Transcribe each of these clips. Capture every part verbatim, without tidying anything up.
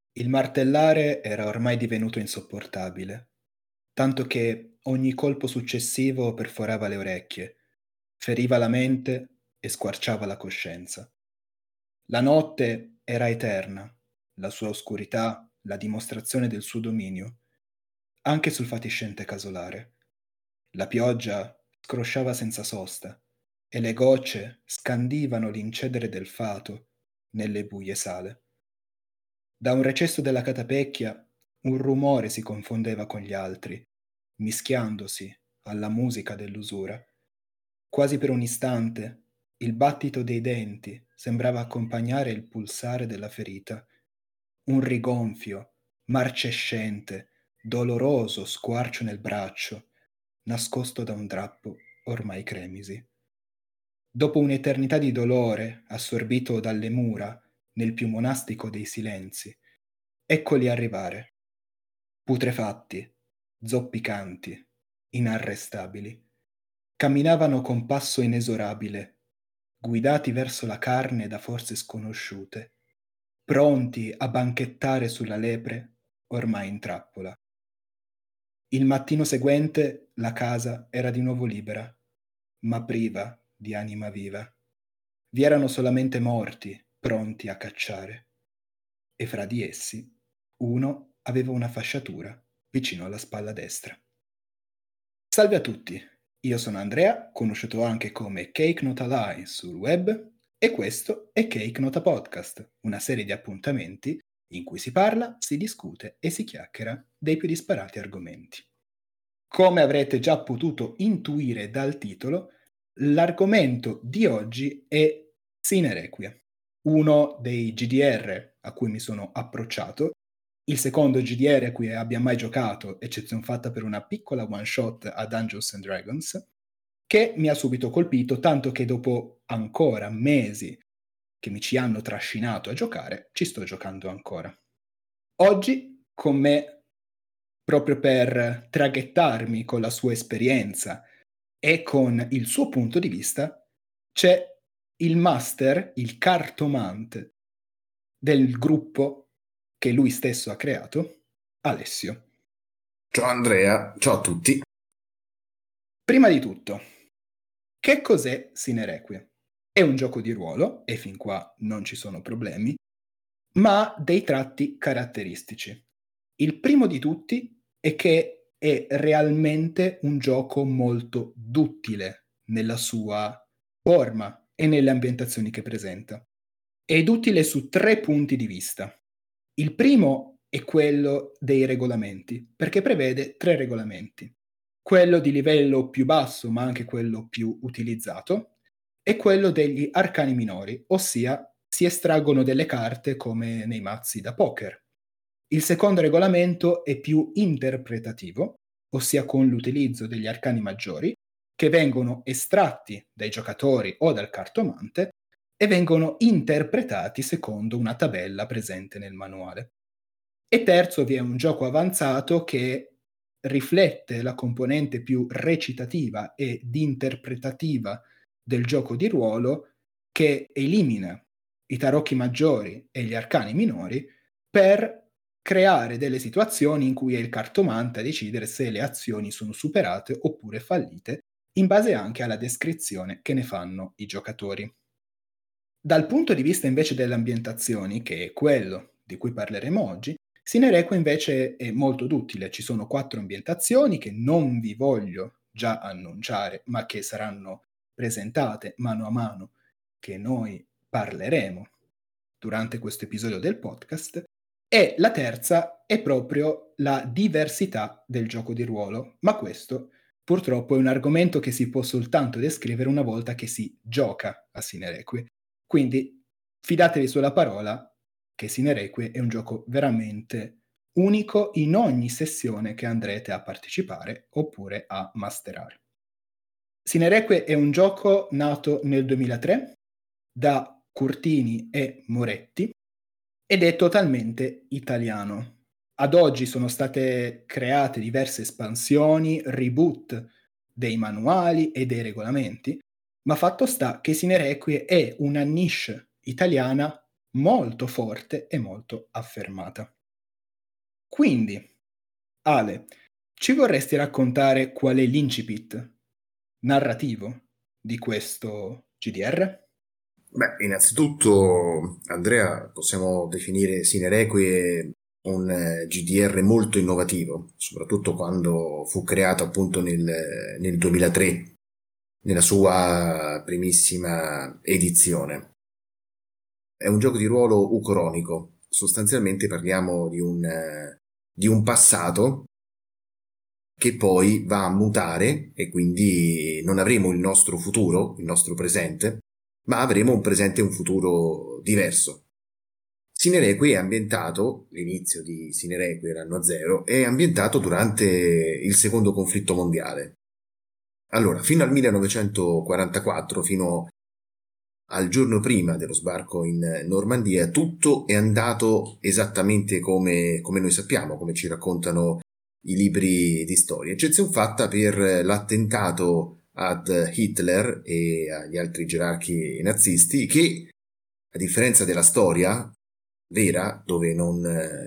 Il martellare era ormai divenuto insopportabile, tanto che ogni colpo successivo perforava le orecchie, feriva la mente e squarciava la coscienza. La notte era eterna, la sua oscurità la dimostrazione del suo dominio, anche sul fatiscente casolare. La pioggia scrosciava senza sosta e le gocce scandivano l'incedere del fato nelle buie sale. Da un recesso della catapecchia un rumore si confondeva con gli altri, mischiandosi alla musica dell'usura. Quasi per un istante il battito dei denti sembrava accompagnare il pulsare della ferita. Un rigonfio, marcescente, doloroso squarcio nel braccio, nascosto da un drappo ormai cremisi. Dopo un'eternità di dolore, assorbito dalle mura, nel più monastico dei silenzi, eccoli arrivare, putrefatti, zoppicanti, inarrestabili. Camminavano con passo inesorabile, guidati verso la carne da forze sconosciute, pronti a banchettare sulla lepre ormai in trappola. Il mattino seguente la casa era di nuovo libera, ma priva di anima viva. Vi erano solamente morti pronti a cacciare, e fra di essi uno aveva una fasciatura vicino alla spalla destra. Salve a tutti, io sono Andrea, conosciuto anche come Cake Not a Lie sul web, e questo è Cake Not a Podcast, una serie di appuntamenti in cui si parla, si discute e si chiacchiera dei più disparati argomenti. Come avrete già potuto intuire dal titolo, l'argomento di oggi è Sine Requiem, uno dei G D R a cui mi sono approcciato, il secondo G D R a cui abbia mai giocato, eccezion fatta per una piccola one shot a Dungeons and Dragons, che mi ha subito colpito, tanto che dopo ancora mesi che mi ci hanno trascinato a giocare, ci sto giocando ancora. Oggi con me, proprio per traghettarmi con la sua esperienza e con il suo punto di vista, c'è il master, il cartomante del gruppo che lui stesso ha creato, Alessio. Ciao Andrea, ciao a tutti. Prima di tutto, che cos'è Sine Requiem? È un gioco di ruolo, e fin qua non ci sono problemi, ma ha dei tratti caratteristici. Il primo di tutti è che è realmente un gioco molto duttile nella sua forma e nelle ambientazioni che presenta. È duttile su tre punti di vista. Il primo è quello dei regolamenti, perché prevede tre regolamenti. Quello di livello più basso, ma anche quello più utilizzato, e quello degli arcani minori, ossia si estraggono delle carte come nei mazzi da poker. Il secondo regolamento è più interpretativo, ossia con l'utilizzo degli arcani maggiori, che vengono estratti dai giocatori o dal cartomante e vengono interpretati secondo una tabella presente nel manuale. E terzo, vi è un gioco avanzato che riflette la componente più recitativa e di interpretativa del gioco di ruolo, che elimina i tarocchi maggiori e gli arcani minori per creare delle situazioni in cui è il cartomante a decidere se le azioni sono superate oppure fallite, in base anche alla descrizione che ne fanno i giocatori. Dal punto di vista invece delle ambientazioni, che è quello di cui parleremo oggi, Sine Requiem invece è molto duttile. Ci sono quattro ambientazioni che non vi voglio già annunciare, ma che saranno presentate mano a mano che noi parleremo durante questo episodio del podcast. E la terza è proprio la diversità del gioco di ruolo, ma questo purtroppo è un argomento che si può soltanto descrivere una volta che si gioca a Sine Requiem. Quindi fidatevi sulla parola che Sine Requiem è un gioco veramente unico in ogni sessione che andrete a partecipare oppure a masterare. Sine Requiem è un gioco nato nel duemilatré da Curtini e Moretti ed è totalmente italiano. Ad oggi sono state create diverse espansioni, reboot dei manuali e dei regolamenti, ma fatto sta che Sine Requiem è una niche italiana molto forte e molto affermata. Quindi, Ale, ci vorresti raccontare qual è l'incipit narrativo di questo G D R? Beh, innanzitutto, Andrea, possiamo definire Sine Requie un eh, G D R molto innovativo, soprattutto quando fu creato appunto nel, nel duemilatré, nella sua primissima edizione. È un gioco di ruolo ucronico, sostanzialmente parliamo di un, eh, di un passato che poi va a mutare e quindi non avremo il nostro futuro, il nostro presente, ma avremo un presente e un futuro diverso. Sine Requie è ambientato, l'inizio di Sine Requie, l'anno zero, è ambientato durante il secondo conflitto mondiale. Allora, fino al millenovecentoquarantaquattro, fino al giorno prima dello sbarco in Normandia, tutto è andato esattamente come, come noi sappiamo, come ci raccontano i libri di storia, eccezione fatta per l'attentato ad Hitler e agli altri gerarchi nazisti che, a differenza della storia vera, dove non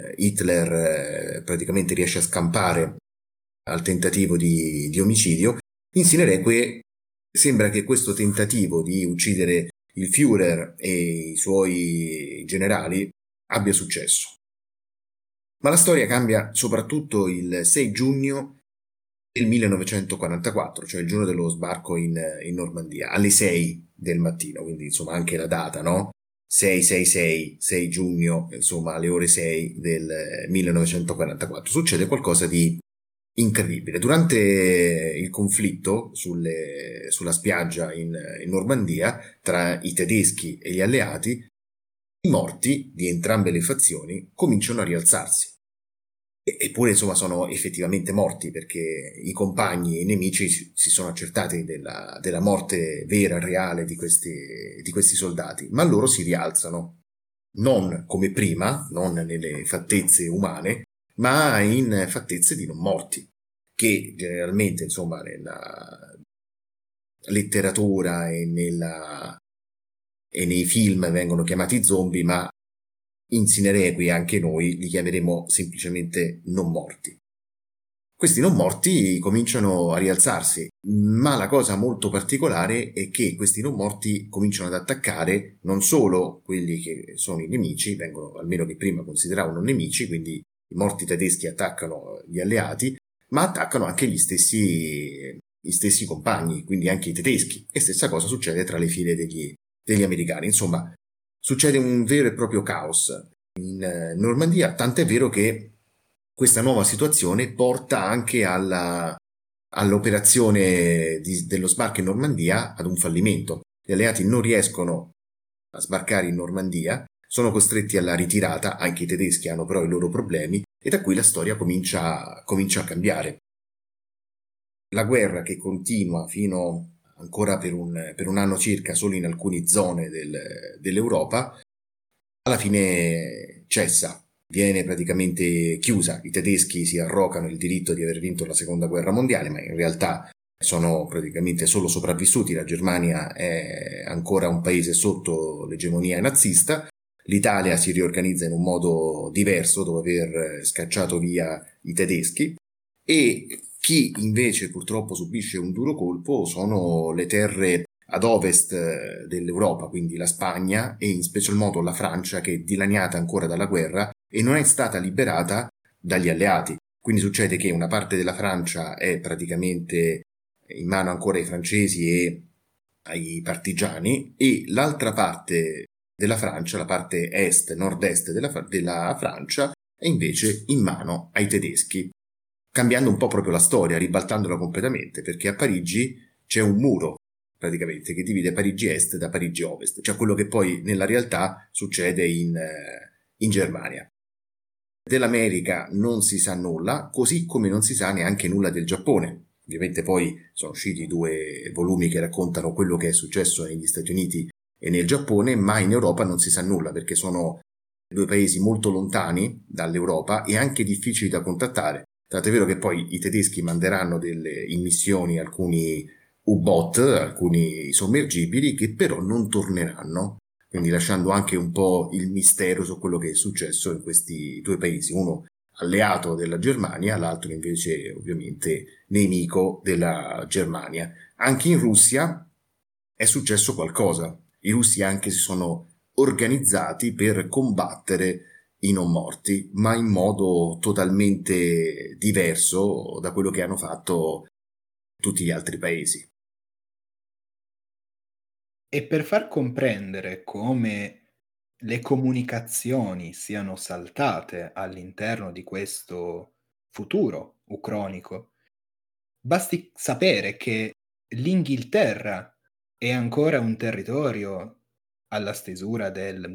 Hitler praticamente riesce a scampare al tentativo di, di omicidio, in Sine Requie sembra che questo tentativo di uccidere il Führer e i suoi generali abbia successo. Ma la storia cambia soprattutto il sei giugno del millenovecentoquarantaquattro, cioè il giorno dello sbarco in, in Normandia, alle sei del mattino, quindi insomma anche la data, no? sei sei sei, sei giugno, insomma alle ore sei del millenovecentoquarantaquattro. Succede qualcosa di incredibile. Durante il conflitto sulle, sulla spiaggia in, in Normandia tra i tedeschi e gli alleati, i morti di entrambe le fazioni cominciano a rialzarsi. Eppure, insomma, sono effettivamente morti perché i compagni e i nemici si sono accertati della, della morte vera, reale di questi, di questi soldati, ma loro si rialzano, non come prima, non nelle fattezze umane, ma in fattezze di non morti, che generalmente, insomma, nella letteratura e, nella, e nei film vengono chiamati zombie, ma in Sine Requie anche noi li chiameremo semplicemente non morti. Questi non morti cominciano a rialzarsi, ma la cosa molto particolare è che questi non morti cominciano ad attaccare non solo quelli che sono i nemici, vengono almeno che prima consideravano nemici, quindi i morti tedeschi attaccano gli alleati, ma attaccano anche gli stessi, gli stessi compagni, quindi anche i tedeschi, e stessa cosa succede tra le file degli, degli americani. Insomma, succede un vero e proprio caos in Normandia, tant'è vero che questa nuova situazione porta anche alla, all'operazione di, dello sbarco in Normandia ad un fallimento. Gli alleati non riescono a sbarcare in Normandia, sono costretti alla ritirata, anche i tedeschi hanno però i loro problemi, e da qui la storia comincia, comincia a cambiare. La guerra, che continua fino ancora per un, per un anno circa solo in alcune zone del, dell'Europa, alla fine cessa, viene praticamente chiusa. I tedeschi si arrogano il diritto di aver vinto la seconda guerra mondiale, ma in realtà sono praticamente solo sopravvissuti. La Germania è ancora un paese sotto l'egemonia nazista. L'Italia si riorganizza in un modo diverso dopo aver scacciato via i tedeschi, e chi invece purtroppo subisce un duro colpo sono le terre ad ovest dell'Europa, quindi la Spagna e in special modo la Francia, che è dilaniata ancora dalla guerra e non è stata liberata dagli alleati. Quindi succede che una parte della Francia è praticamente in mano ancora ai francesi e ai partigiani, e l'altra parte della Francia, la parte est, nord-est della, della Francia, è invece in mano ai tedeschi, cambiando un po' proprio la storia, ribaltandola completamente, perché a Parigi c'è un muro praticamente che divide Parigi Est da Parigi Ovest, cioè quello che poi nella realtà succede in, in Germania. Dell'America non si sa nulla, così come non si sa neanche nulla del Giappone. Ovviamente poi sono usciti due volumi che raccontano quello che è successo negli Stati Uniti e nel Giappone, ma in Europa non si sa nulla perché sono due paesi molto lontani dall'Europa e anche difficili da contattare. Tant'è vero che poi i tedeschi manderanno delle, in missioni alcuni U-boot, alcuni sommergibili, che però non torneranno, quindi lasciando anche un po' il mistero su quello che è successo in questi due paesi, uno alleato della Germania, l'altro invece ovviamente nemico della Germania. Anche in Russia è successo qualcosa. I russi anche si sono organizzati per combattere i non morti, ma in modo totalmente diverso da quello che hanno fatto tutti gli altri paesi. E per far comprendere come le comunicazioni siano saltate all'interno di questo futuro ucronico, basti sapere che l'Inghilterra è ancora un territorio alla stesura del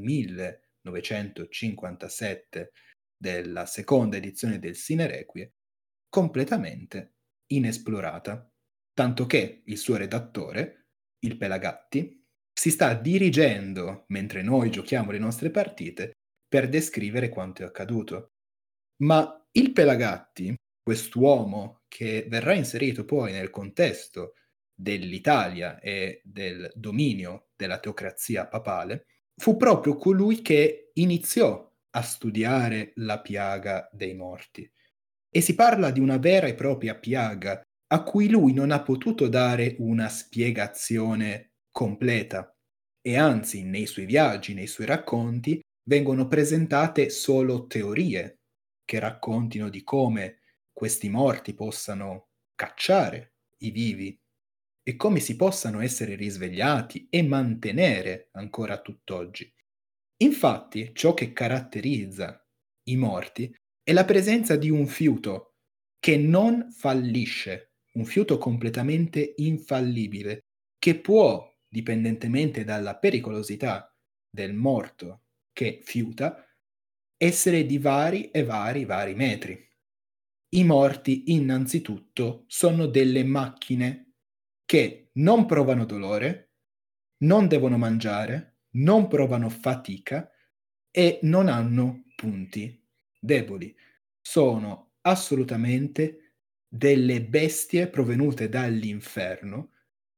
millenovecentocinquantasette, della seconda edizione del Sine Requie, completamente inesplorata, tanto che il suo redattore, il Pelagatti, si sta dirigendo, mentre noi giochiamo le nostre partite, per descrivere quanto è accaduto. Ma il Pelagatti, quest'uomo che verrà inserito poi nel contesto dell'Italia e del dominio della teocrazia papale, fu proprio colui che iniziò a studiare la piaga dei morti. E si parla di una vera e propria piaga a cui lui non ha potuto dare una spiegazione completa, e anzi nei suoi viaggi, nei suoi racconti, vengono presentate solo teorie che raccontino di come questi morti possano cacciare i vivi e come si possano essere risvegliati e mantenere ancora tutt'oggi. Infatti, ciò che caratterizza i morti è la presenza di un fiuto che non fallisce, un fiuto completamente infallibile, che può, dipendentemente dalla pericolosità del morto che fiuta, essere di vari e vari, vari metri. I morti, innanzitutto, sono delle macchine che non provano dolore, non devono mangiare, non provano fatica e non hanno punti deboli. Sono assolutamente delle bestie provenute dall'inferno.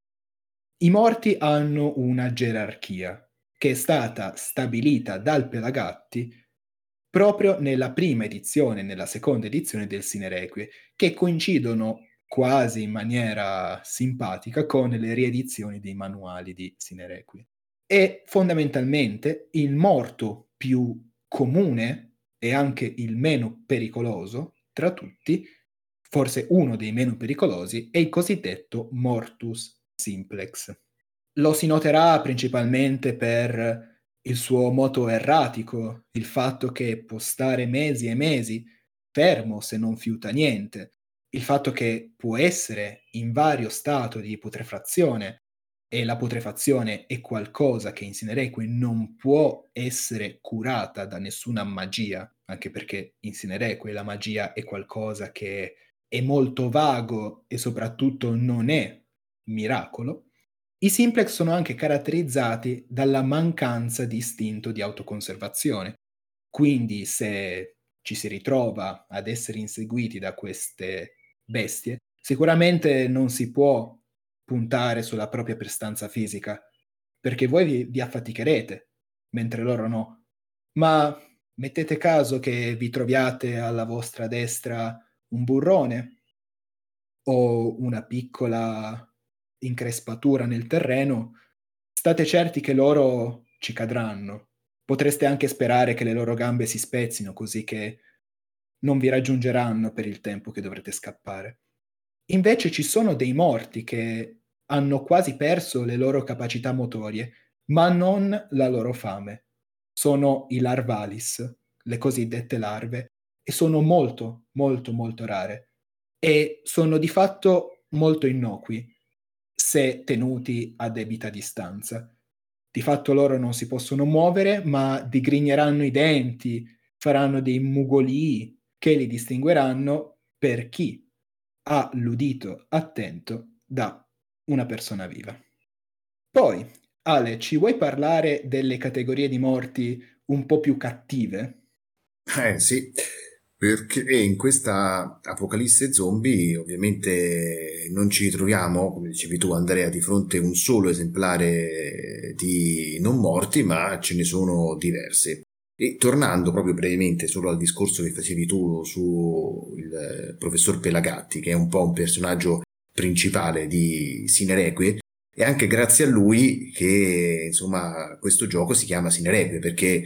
I morti hanno una gerarchia che è stata stabilita dal Pelagatti proprio nella prima edizione e nella seconda edizione del Sine Requie, che coincidono quasi in maniera simpatica con le riedizioni dei manuali di Sine Requie. E fondamentalmente il morto più comune e anche il meno pericoloso tra tutti, forse uno dei meno pericolosi, è il cosiddetto mortus simplex. Lo si noterà principalmente per il suo moto erratico, il fatto che può stare mesi e mesi fermo se non fiuta niente, il fatto che può essere in vario stato di putrefazione, e la putrefazione è qualcosa che in Sine Requie non può essere curata da nessuna magia, anche perché in Sine Requie la magia è qualcosa che è molto vago e soprattutto non è miracolo. I simplex sono anche caratterizzati dalla mancanza di istinto di autoconservazione. Quindi se ci si ritrova ad essere inseguiti da queste bestie, sicuramente non si può puntare sulla propria prestanza fisica, perché voi vi, vi affaticherete, mentre loro no. Ma mettete caso che vi troviate alla vostra destra un burrone o una piccola increspatura nel terreno, state certi che loro ci cadranno. Potreste anche sperare che le loro gambe si spezzino così che non vi raggiungeranno per il tempo che dovrete scappare. Invece ci sono dei morti che hanno quasi perso le loro capacità motorie, ma non la loro fame. Sono i larvalis, le cosiddette larve, e sono molto, molto, molto rare. E sono di fatto molto innocui se tenuti a debita distanza. Di fatto loro non si possono muovere, ma digrigneranno i denti, faranno dei mugolii che li distingueranno per chi ha l'udito attento da una persona viva. Poi, Ale, ci vuoi parlare delle categorie di morti un po' più cattive? Eh sì, perché in questa apocalisse zombie ovviamente non ci troviamo, come dicevi tu Andrea, di fronte a un solo esemplare di non morti, ma ce ne sono diversi. E tornando proprio brevemente solo al discorso che facevi tu su il professor Pelagatti, che è un po' un personaggio principale di Sinereque, è anche grazie a lui che insomma questo gioco si chiama Sinereque, perché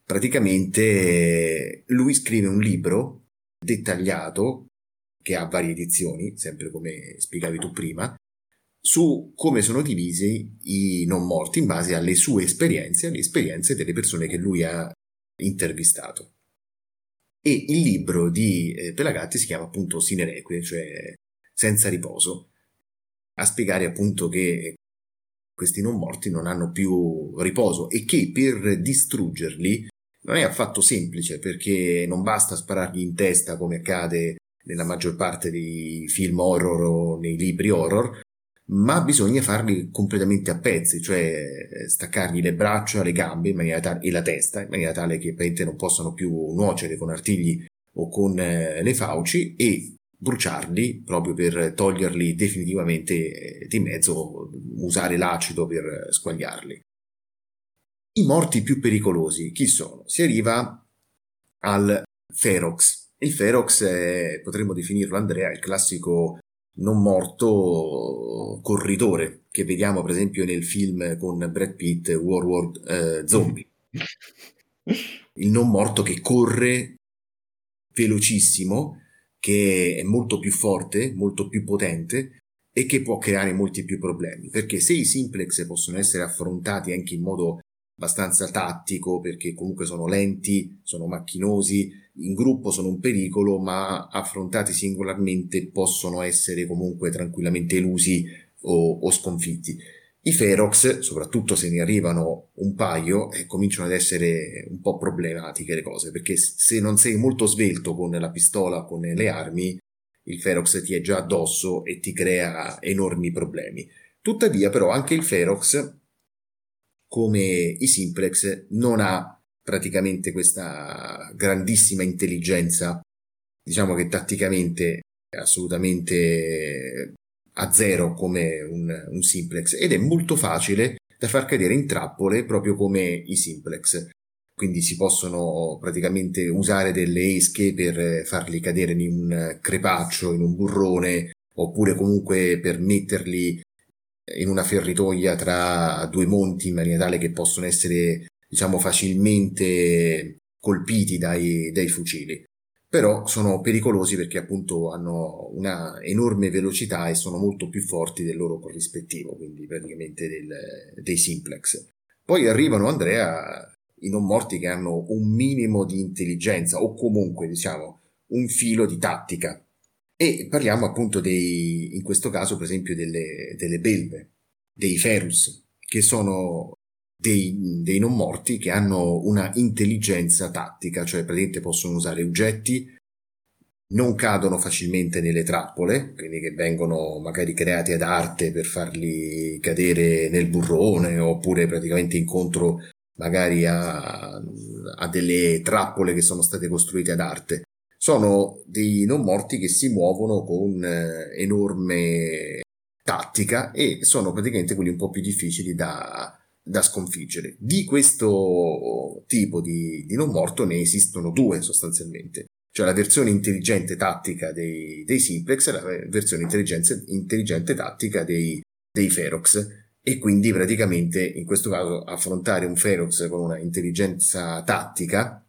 praticamente lui scrive un libro dettagliato che ha varie edizioni, sempre come spiegavi tu prima, su come sono divisi i non morti in base alle sue esperienze, alle esperienze delle persone che lui ha intervistato. E il libro di eh, Pelagatti si chiama appunto Sinereque, cioè senza riposo, a spiegare appunto che questi non morti non hanno più riposo e che per distruggerli non è affatto semplice, perché non basta sparargli in testa come accade nella maggior parte dei film horror o nei libri horror, ma bisogna farli completamente a pezzi, cioè staccargli le braccia, le gambe in maniera tale, e la testa, in maniera tale che praticamente non possano più nuocere con artigli o con eh, le fauci, e bruciarli proprio per toglierli definitivamente eh, di mezzo, usare l'acido per squagliarli. I morti più pericolosi chi sono? Si arriva al Ferox. Il Ferox è, potremmo definirlo, Andrea, il classico non morto corridore che vediamo per esempio nel film con Brad Pitt, War War eh, Zombie. Il non morto che corre velocissimo, che è molto più forte, molto più potente e che può creare molti più problemi, perché se i simplex possono essere affrontati anche in modo abbastanza tattico, perché comunque sono lenti, sono macchinosi, in gruppo sono un pericolo, ma affrontati singolarmente possono essere comunque tranquillamente elusi o, o sconfitti. I Ferox, soprattutto se ne arrivano un paio, eh, cominciano ad essere un po' problematiche le cose, perché se non sei molto svelto con la pistola, con le armi, il Ferox ti è già addosso e ti crea enormi problemi. Tuttavia però anche il Ferox, come i Simplex, non ha praticamente questa grandissima intelligenza, diciamo che tatticamente è assolutamente a zero come un, un Simplex, ed è molto facile da far cadere in trappole proprio come i Simplex. Quindi si possono praticamente usare delle esche per farli cadere in un crepaccio, in un burrone, oppure comunque per metterli in una feritoia tra due monti in maniera tale che possono essere, diciamo, facilmente colpiti dai, dai fucili. Però sono pericolosi perché appunto hanno una enorme velocità e sono molto più forti del loro corrispettivo, quindi praticamente del, dei simplex. Poi arrivano, Andrea, i non morti che hanno un minimo di intelligenza o comunque, diciamo, un filo di tattica. E parliamo appunto dei, in questo caso per esempio delle, delle belve, dei ferus, che sono dei, dei non morti che hanno una intelligenza tattica, cioè praticamente possono usare oggetti, non cadono facilmente nelle trappole, quindi che vengono magari creati ad arte per farli cadere nel burrone, oppure praticamente incontro magari a, a delle trappole che sono state costruite ad arte. Sono dei non morti che si muovono con eh, enorme tattica e sono praticamente quelli un po' più difficili da, da sconfiggere. Di questo tipo di, di non morto ne esistono due sostanzialmente, cioè la versione intelligente tattica dei, dei simplex e la versione intelligente, intelligente tattica dei, dei ferox. E quindi praticamente in questo caso affrontare un ferox con una intelligenza tattica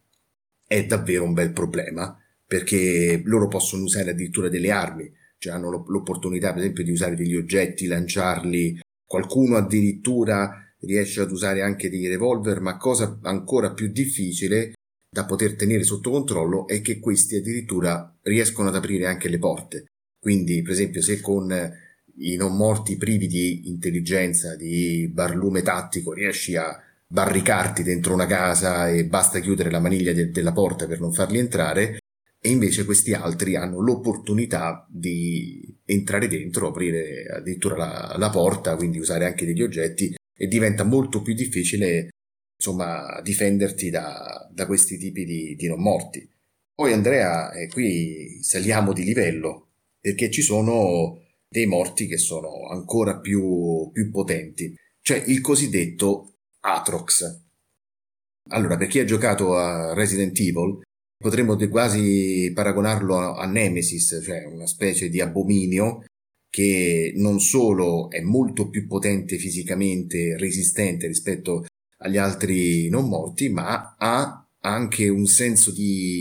è davvero un bel problema, perché loro possono usare addirittura delle armi, cioè hanno l'opportunità per esempio di usare degli oggetti, lanciarli, qualcuno addirittura riesce ad usare anche dei revolver, ma cosa ancora più difficile da poter tenere sotto controllo è che questi addirittura riescono ad aprire anche le porte. Quindi per esempio se con i non morti privi di intelligenza, di barlume tattico, riesci a barricarti dentro una casa e basta chiudere la maniglia de- della porta per non farli entrare, e invece questi altri hanno l'opportunità di entrare dentro, aprire addirittura la, la porta, quindi usare anche degli oggetti, e diventa molto più difficile insomma difenderti da, da questi tipi di, di non morti. Poi Andrea, eh, qui saliamo di livello, perché ci sono dei morti che sono ancora più, più potenti, cioè il cosiddetto Atrox. Allora, per chi ha giocato a Resident Evil, potremmo de- quasi paragonarlo a, a Nemesis, cioè una specie di abominio che non solo è molto più potente fisicamente, resistente rispetto agli altri non morti, ma ha anche un senso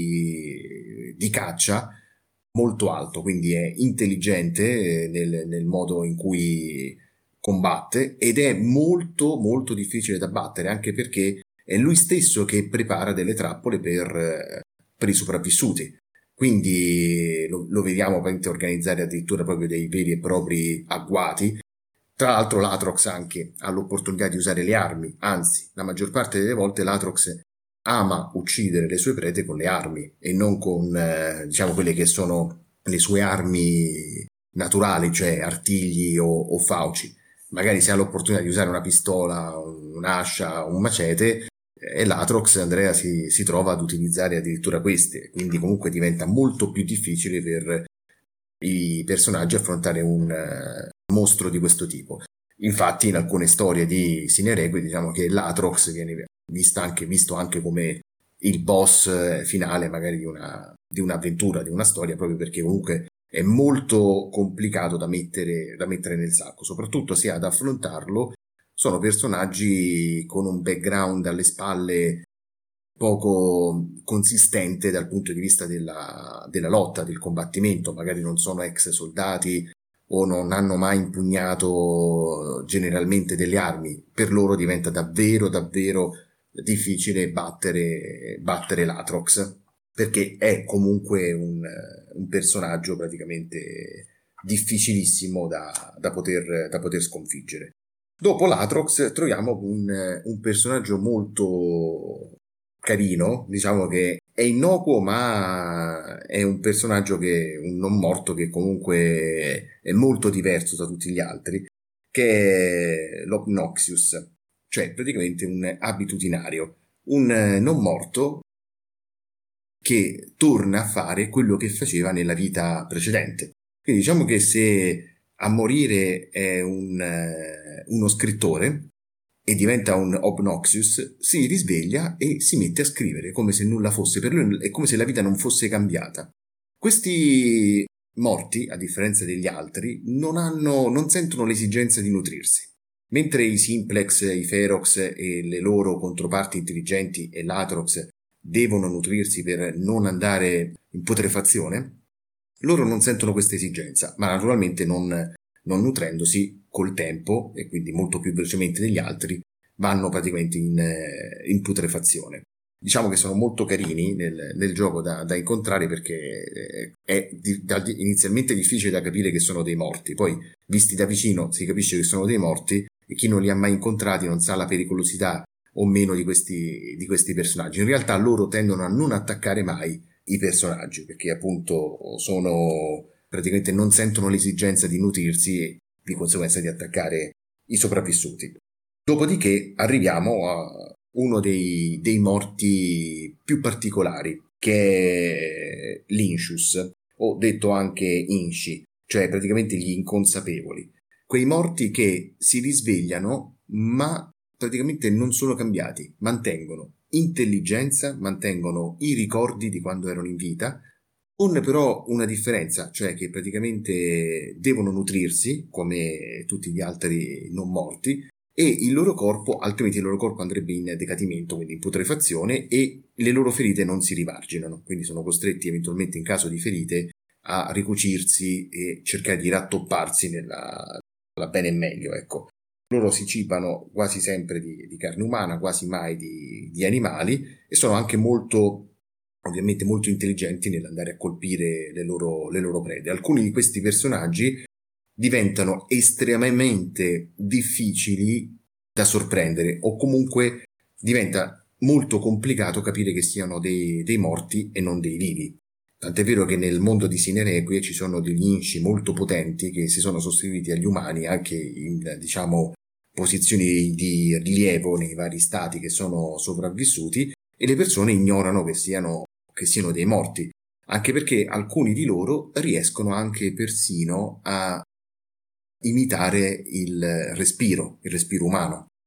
di, di caccia molto alto, quindi è intelligente eh, nel, nel modo in cui combatte ed è molto molto difficile da battere, anche perché è lui stesso che prepara delle trappole per, eh, per i sopravvissuti. Quindi lo, lo vediamo ovviamente organizzare addirittura proprio dei veri e propri agguati. Tra l'altro l'Atrox anche ha l'opportunità di usare le armi, anzi la maggior parte delle volte l'Atrox ama uccidere le sue prede con le armi e non con eh, diciamo quelle che sono le sue armi naturali, cioè artigli o, o fauci. Magari se ha l'opportunità di usare una pistola, un'ascia, un macete, e l'Atrox Andrea si, si trova ad utilizzare addirittura queste, quindi comunque diventa molto più difficile per i personaggi affrontare un uh, mostro di questo tipo. Infatti in alcune storie di Sineregui diciamo che l'Atrox viene vista anche, visto anche come il boss eh, finale magari di, una, di un'avventura, di una storia, proprio perché comunque è molto complicato da mettere, da mettere nel sacco, soprattutto se ad affrontarlo sono personaggi con un background alle spalle poco consistente dal punto di vista della, della lotta, del combattimento, magari non sono ex soldati o non hanno mai impugnato generalmente delle armi, per loro diventa davvero davvero difficile battere, battere l'Atrox, perché è comunque un, un personaggio praticamente difficilissimo da, da, poter, da poter sconfiggere. Dopo l'Atrox troviamo un, un personaggio molto carino, diciamo che è innocuo, ma è un personaggio che un non morto che comunque è molto diverso da tutti gli altri, che è l'Obnoxious, cioè praticamente un abitudinario, un non morto che torna a fare quello che faceva nella vita precedente. Quindi diciamo che se a morire è un, eh, uno scrittore e diventa un obnoxious, si risveglia e si mette a scrivere come se nulla fosse, per lui è come se la vita non fosse cambiata. Questi morti, a differenza degli altri, non hanno, non sentono l'esigenza di nutrirsi. Mentre i Simplex, i Ferox e le loro controparti intelligenti e l'Atrox devono nutrirsi per non andare in putrefazione, loro non sentono questa esigenza, ma naturalmente non, non nutrendosi col tempo, e quindi molto più velocemente degli altri, vanno praticamente in, in putrefazione. Diciamo che sono molto carini nel, nel gioco da, da incontrare, perché è di, da, inizialmente difficile da capire che sono dei morti, poi visti da vicino si capisce che sono dei morti e chi non li ha mai incontrati non sa la pericolosità o meno di questi, di questi personaggi. In realtà loro tendono a non attaccare mai i personaggi, perché appunto sono praticamente non sentono l'esigenza di nutrirsi e di conseguenza di attaccare i sopravvissuti. Dopodiché arriviamo a uno dei, dei morti più particolari, che è l'Incius, o detto anche Inci, cioè praticamente gli inconsapevoli. Quei morti che si risvegliano, ma praticamente non sono cambiati, mantengono intelligenza, mantengono i ricordi di quando erano in vita, con però una differenza, cioè che praticamente devono nutrirsi come tutti gli altri non morti e il loro corpo, altrimenti il loro corpo andrebbe in decadimento, quindi in putrefazione, e le loro ferite non si rimarginano, quindi sono costretti eventualmente in caso di ferite a ricucirsi e cercare di rattopparsi nella, nella bene e meglio, ecco. Loro si cibano quasi sempre di, di carne umana, quasi mai di, di animali, e sono anche molto ovviamente molto intelligenti nell'andare a colpire le loro, le loro prede. Alcuni di questi personaggi diventano estremamente difficili da sorprendere, o comunque diventa molto complicato capire che siano dei, dei morti e non dei vivi. Tant'è vero che nel mondo di Sinerequie ci sono degli inci molto potenti che si sono sostituiti agli umani anche in, diciamo, posizioni di rilievo nei vari stati che sono sopravvissuti, e le persone ignorano che siano, che siano dei morti, anche perché alcuni di loro riescono anche persino a imitare il respiro, il respiro umano.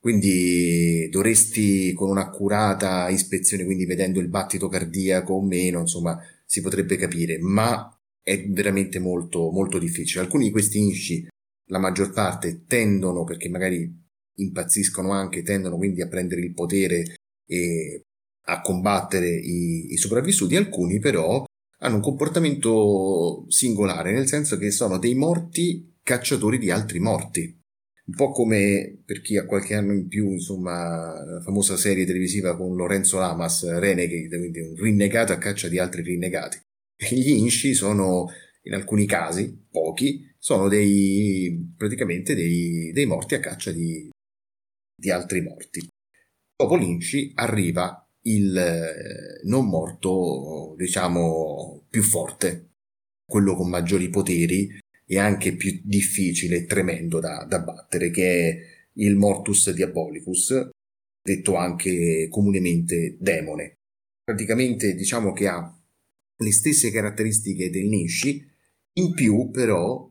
quindi dovresti con un'accurata ispezione, quindi vedendo il battito cardiaco o meno, insomma, si potrebbe capire, ma è veramente molto, molto difficile. Alcuni di questi insci, la maggior parte, tendono, perché magari impazziscono anche, tendono quindi a prendere il potere e a combattere i, i sopravvissuti. Alcuni però hanno un comportamento singolare, nel senso che sono dei morti cacciatori di altri morti. Un po' come, per chi ha qualche anno in più, insomma, la famosa serie televisiva con Lorenzo Lamas, Renegade, quindi un rinnegato a caccia di altri rinnegati. E gli insci sono, in alcuni casi, pochi, sono dei, praticamente dei, dei morti a caccia di, di altri morti. Dopo l'inci arriva il eh, non morto, diciamo, più forte, quello con maggiori poteri e anche più difficile e tremendo da, da battere, che è il Mortus Diabolicus, detto anche comunemente demone. Praticamente diciamo che ha le stesse caratteristiche del Nishi, in più però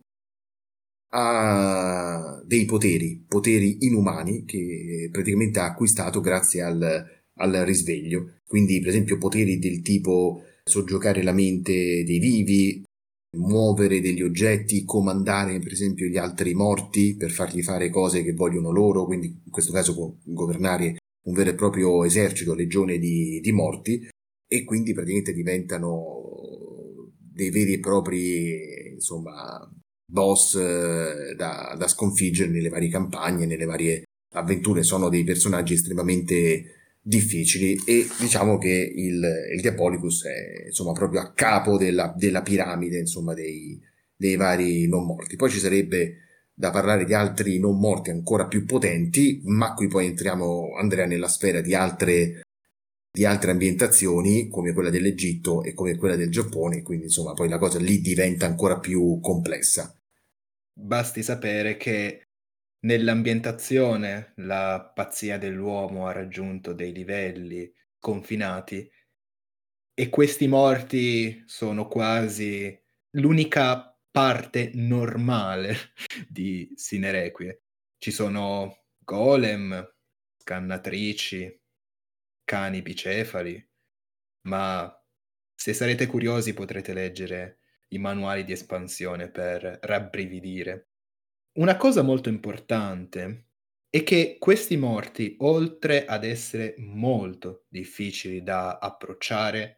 ha dei poteri, poteri inumani che praticamente ha acquistato grazie al, al risveglio. Quindi, per esempio, poteri del tipo soggiogare la mente dei vivi, muovere degli oggetti, comandare per esempio gli altri morti per fargli fare cose che vogliono loro, quindi in questo caso governare un vero e proprio esercito, legione di, di morti, e quindi praticamente diventano dei veri e propri, insomma, boss eh, da, da sconfiggere nelle varie campagne, nelle varie avventure. Sono dei personaggi estremamente difficili e diciamo che il, il Diabolicus è insomma proprio a capo della, della piramide, insomma, dei, dei vari non morti. Poi ci sarebbe da parlare di altri non morti ancora più potenti, ma qui poi entriamo, Andrea, nella sfera di altre di altre ambientazioni come quella dell'Egitto e come quella del Giappone, quindi insomma poi la cosa lì diventa ancora più complessa. Basti sapere che nell'ambientazione la pazzia dell'uomo ha raggiunto dei livelli confinati e questi morti sono quasi l'unica parte normale di Sine Requiem. Ci sono golem, scannatrici, cani bicefali, ma se sarete curiosi potrete leggere i manuali di espansione per rabbrividire. Una cosa molto importante è che questi morti, oltre ad essere molto difficili da approcciare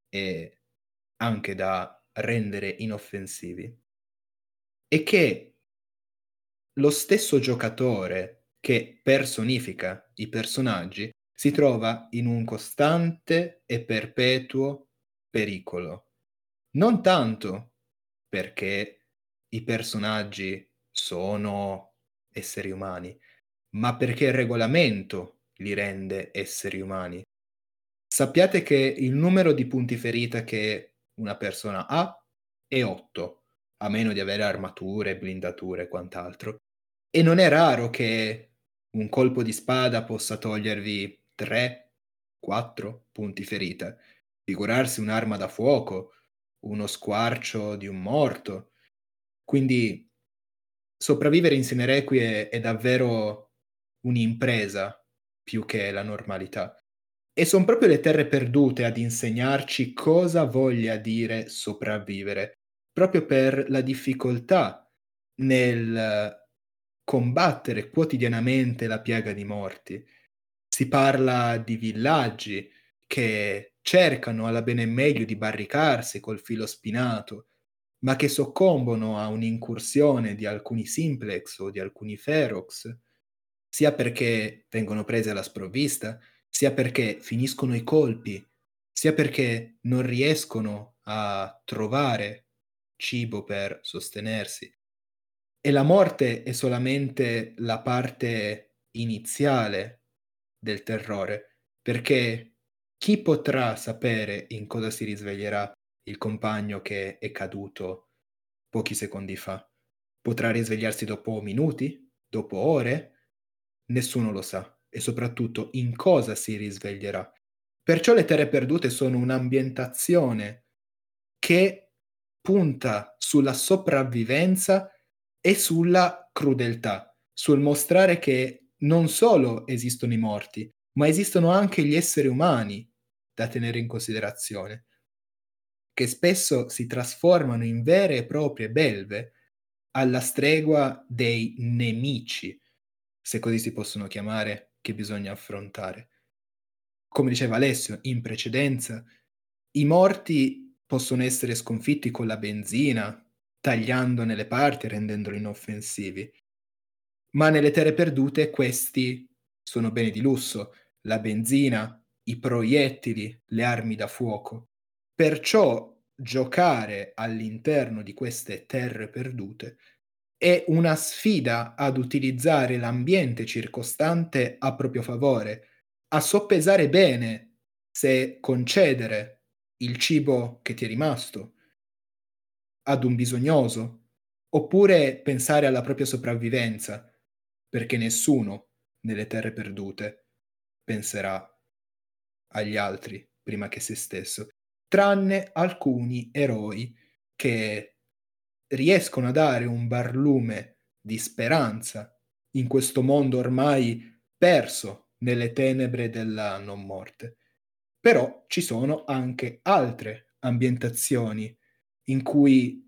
e anche da rendere inoffensivi, è che lo stesso giocatore che personifica i personaggi si trova in un costante e perpetuo pericolo. Non tanto perché i personaggi sono esseri umani, ma perché il regolamento li rende esseri umani. Sappiate che il numero di punti ferita che una persona ha è otto, a meno di avere armature, blindature e quant'altro. E non è raro che un colpo di spada possa togliervi tre, quattro punti ferita. Figurarsi un'arma da fuoco, uno squarcio di un morto. Quindi sopravvivere in Sine Requiem è davvero un'impresa più che la normalità. E son proprio le terre perdute ad insegnarci cosa voglia dire sopravvivere, proprio per la difficoltà nel combattere quotidianamente la piaga di morti. Si parla di villaggi che cercano alla bene e meglio di barricarsi col filo spinato, ma che soccombono a un'incursione di alcuni simplex o di alcuni ferox, sia perché vengono prese alla sprovvista, sia perché finiscono i colpi, sia perché non riescono a trovare cibo per sostenersi. E la morte è solamente la parte iniziale del terrore, perché chi potrà sapere in cosa si risveglierà il compagno che è caduto pochi secondi fa? Potrà risvegliarsi dopo minuti? Dopo ore? Nessuno lo sa e soprattutto in cosa si risveglierà. Perciò le terre perdute sono un'ambientazione che punta sulla sopravvivenza e sulla crudeltà, sul mostrare che non solo esistono i morti, ma esistono anche gli esseri umani da tenere in considerazione, che spesso si trasformano in vere e proprie belve alla stregua dei nemici, se così si possono chiamare, che bisogna affrontare. Come diceva Alessio in precedenza, i morti possono essere sconfitti con la benzina, tagliandone le parti e rendendoli inoffensivi. Ma nelle terre perdute questi sono beni di lusso, la benzina, i proiettili, le armi da fuoco. Perciò giocare all'interno di queste terre perdute è una sfida ad utilizzare l'ambiente circostante a proprio favore, a soppesare bene se concedere il cibo che ti è rimasto ad un bisognoso, oppure pensare alla propria sopravvivenza, perché nessuno nelle terre perdute penserà agli altri prima che se stesso, tranne alcuni eroi che riescono a dare un barlume di speranza in questo mondo ormai perso nelle tenebre della non morte. Però ci sono anche altre ambientazioni in cui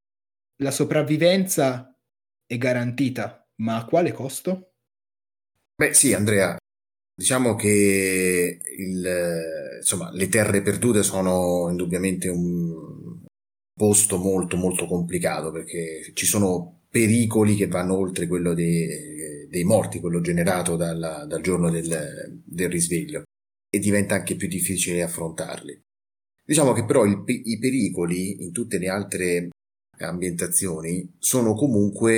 la sopravvivenza è garantita, ma a quale costo? Beh, sì, Andrea, diciamo che il, eh, insomma, le terre perdute sono indubbiamente un posto molto molto complicato perché ci sono pericoli che vanno oltre quello dei, dei morti, quello generato dalla- dal giorno del, del risveglio, e diventa anche più difficile affrontarli. Diciamo che però il pe- i pericoli in tutte le altre ambientazioni sono comunque,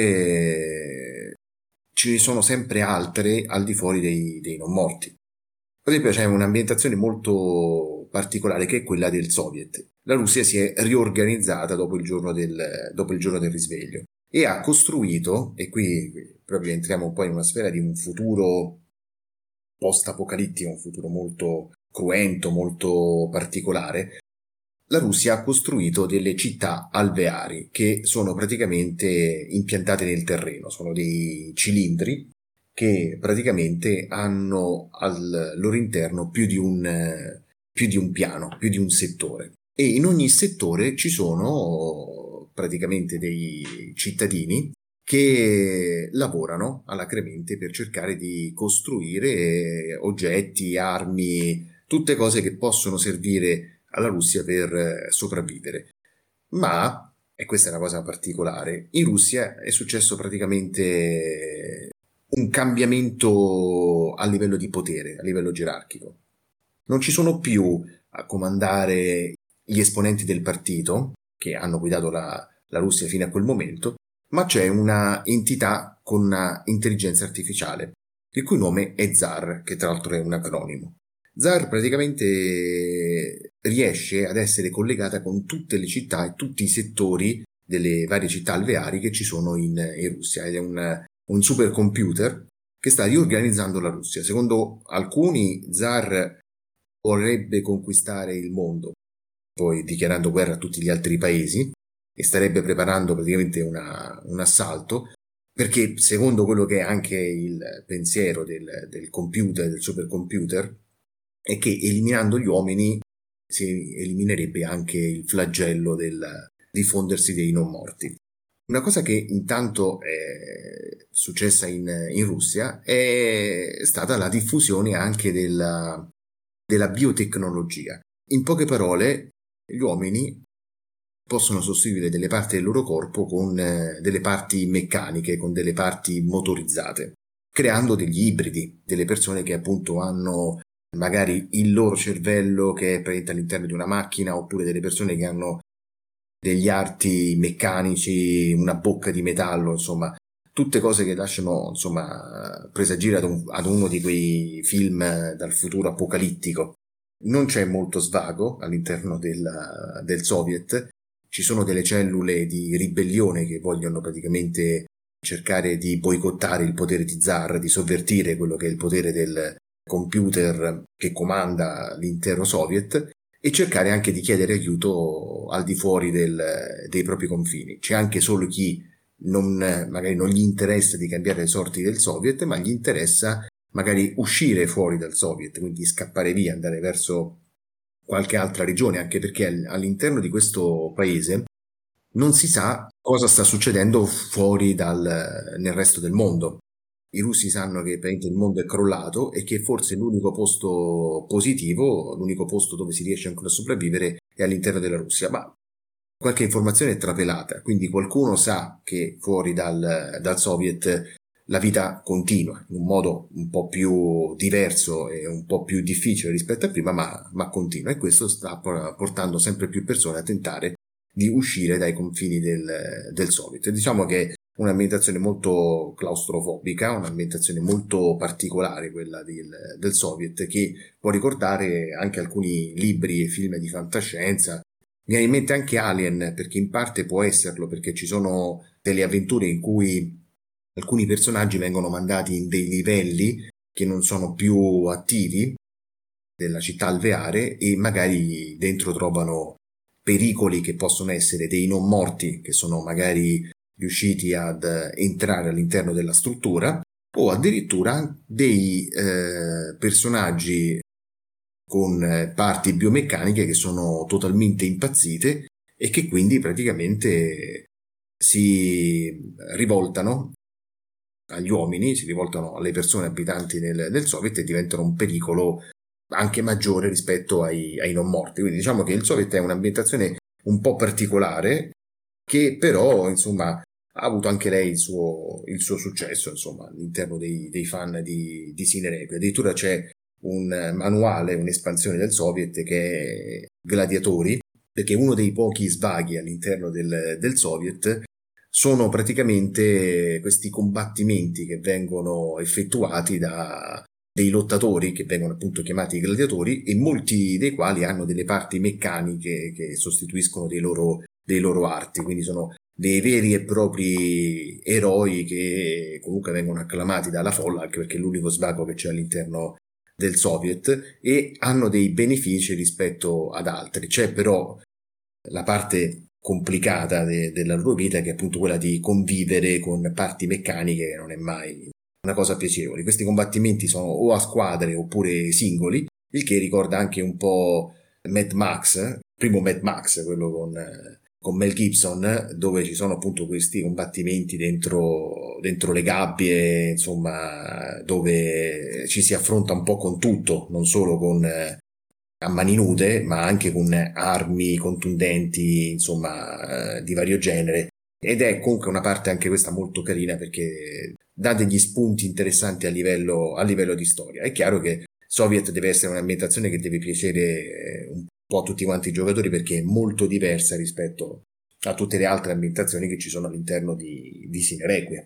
eh, ci sono sempre altre al di fuori dei, dei non morti. Per esempio c'è un'ambientazione molto particolare che è quella del Soviet. La Russia si è riorganizzata dopo il giorno del, dopo il giorno del risveglio e ha costruito, e qui proprio entriamo un po' in una sfera di un futuro post-apocalittico, un futuro molto cruento, molto particolare. La Russia ha costruito delle città alveari che sono praticamente impiantate nel terreno, sono dei cilindri che praticamente hanno al loro interno più di un, eh, più di un piano, più di un settore. E in ogni settore ci sono praticamente dei cittadini che lavorano alacremente per cercare di costruire oggetti, armi, tutte cose che possono servire alla Russia per eh, sopravvivere. Ma, e questa è una cosa particolare, in Russia è successo praticamente un cambiamento a livello di potere, a livello gerarchico. Non ci sono più a comandare gli esponenti del partito che hanno guidato la, la Russia fino a quel momento, ma c'è una entità con una intelligenza artificiale, il cui nome è Zar, che tra l'altro è un acronimo. Zar praticamente riesce ad essere collegata con tutte le città e tutti i settori delle varie città alveari che ci sono in, in Russia, ed è un, un supercomputer che sta riorganizzando la Russia. Secondo alcuni, Zar vorrebbe conquistare il mondo, poi dichiarando guerra a tutti gli altri paesi, e starebbe preparando praticamente una, un assalto, perché secondo quello che è anche il pensiero del, del computer, del supercomputer, è che eliminando gli uomini si eliminerebbe anche il flagello del diffondersi dei non morti. Una cosa che intanto è successa in, in Russia è stata la diffusione anche della, della biotecnologia. In poche parole, gli uomini possono sostituire delle parti del loro corpo con eh, delle parti meccaniche, con delle parti motorizzate, creando degli ibridi, delle persone che appunto hanno magari il loro cervello che è presente all'interno di una macchina, oppure delle persone che hanno degli arti meccanici, una bocca di metallo, insomma, tutte cose che lasciano, insomma, presagire ad, un, ad uno di quei film dal futuro apocalittico. Non c'è molto svago all'interno del, del Soviet, ci sono delle cellule di ribellione che vogliono praticamente cercare di boicottare il potere di Zar, di sovvertire quello che è il potere del computer che comanda l'intero Soviet, e cercare anche di chiedere aiuto al di fuori del, dei propri confini. C'è anche solo chi non, magari non gli interessa di cambiare le sorti del Soviet, ma gli interessa magari uscire fuori dal Soviet, quindi scappare via, andare verso qualche altra regione, anche perché all'interno di questo paese non si sa cosa sta succedendo fuori dal, nel resto del mondo. I russi sanno che praticamente il mondo è crollato e che forse l'unico posto positivo, l'unico posto dove si riesce ancora a sopravvivere è all'interno della Russia, ma qualche informazione è trapelata, quindi qualcuno sa che fuori dal, dal Soviet la vita continua in un modo un po' più diverso e un po' più difficile rispetto a prima, ma, ma continua, e questo sta portando sempre più persone a tentare di uscire dai confini del, del Soviet. Diciamo che un'ambientazione molto claustrofobica, un'ambientazione molto particolare quella del, del Soviet, che può ricordare anche alcuni libri e film di fantascienza. Mi viene in mente anche Alien, perché in parte può esserlo, perché ci sono delle avventure in cui alcuni personaggi vengono mandati in dei livelli che non sono più attivi della città alveare e magari dentro trovano pericoli che possono essere dei non morti che sono magari riusciti ad entrare all'interno della struttura, o addirittura dei eh, personaggi con parti biomeccaniche che sono totalmente impazzite e che quindi praticamente si rivoltano agli uomini, si rivoltano alle persone abitanti del, del Soviet e diventano un pericolo anche maggiore rispetto ai, ai non morti. Quindi diciamo che il Soviet è un'ambientazione un po' particolare, che però insomma ha avuto anche lei il suo, il suo successo, insomma, all'interno dei, dei fan di, di Cinerequiem. Addirittura c'è un manuale, un'espansione del Soviet che è Gladiatori, perché uno dei pochi svaghi all'interno del, del Soviet sono praticamente questi combattimenti che vengono effettuati da dei lottatori che vengono appunto chiamati gladiatori, e molti dei quali hanno delle parti meccaniche che sostituiscono dei loro, dei loro arti, quindi sono dei veri e propri eroi che comunque vengono acclamati dalla folla, anche perché è l'unico svago che c'è all'interno del Soviet, e hanno dei benefici rispetto ad altri. C'è però la parte complicata de- della loro vita, che è appunto quella di convivere con parti meccaniche, che non è mai una cosa piacevole. Questi combattimenti sono o a squadre oppure singoli, il che ricorda anche un po' Mad Max, primo Mad Max, quello con, con Mel Gibson, dove ci sono appunto questi combattimenti dentro, dentro le gabbie, insomma, dove ci si affronta un po' con tutto, non solo con a mani nude, ma anche con armi contundenti, insomma, eh, di vario genere. Ed è comunque una parte anche questa molto carina, perché dà degli spunti interessanti a livello, a livello di storia. È chiaro che Soviet deve essere un'ambientazione che deve piacere un po' a tutti quanti i giocatori, perché è molto diversa rispetto a tutte le altre ambientazioni che ci sono all'interno di, di Cinerequiem.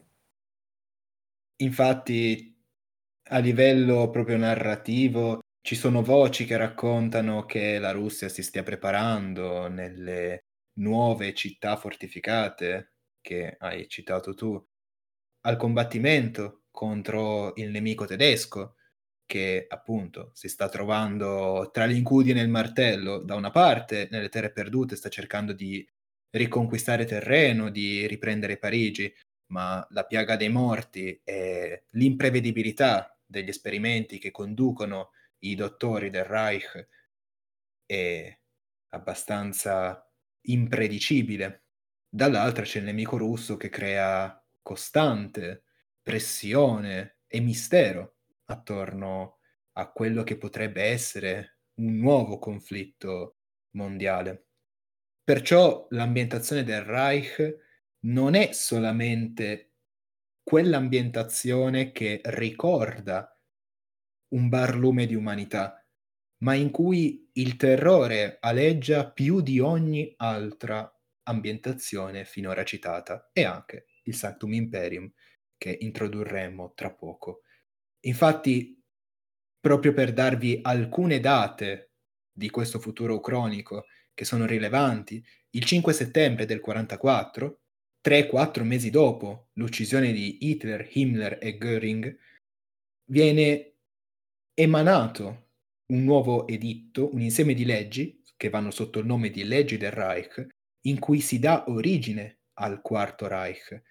Infatti, a livello proprio narrativo, ci sono voci che raccontano che la Russia si stia preparando nelle nuove città fortificate che hai citato tu, al combattimento contro il nemico tedesco, che appunto si sta trovando tra l'incudine e il martello. Da una parte, nelle terre perdute, sta cercando di riconquistare terreno, di riprendere Parigi, ma la piaga dei morti e l'imprevedibilità degli esperimenti che conducono i dottori del Reich è abbastanza impredicibile. Dall'altra c'è il nemico russo che crea costante pressione e mistero attorno a quello che potrebbe essere un nuovo conflitto mondiale. Perciò l'ambientazione del Reich non è solamente quell'ambientazione che ricorda un barlume di umanità, ma in cui il terrore aleggia più di ogni altra ambientazione finora citata, e anche il Sanctum Imperium, che introdurremo tra poco. Infatti, proprio per darvi alcune date di questo futuro cronico che sono rilevanti, il cinque settembre del quarantaquattro, tre quattro mesi dopo l'uccisione di Hitler, Himmler e Göring, viene emanato un nuovo editto, un insieme di leggi che vanno sotto il nome di leggi del Reich, in cui si dà origine al Quarto Reich,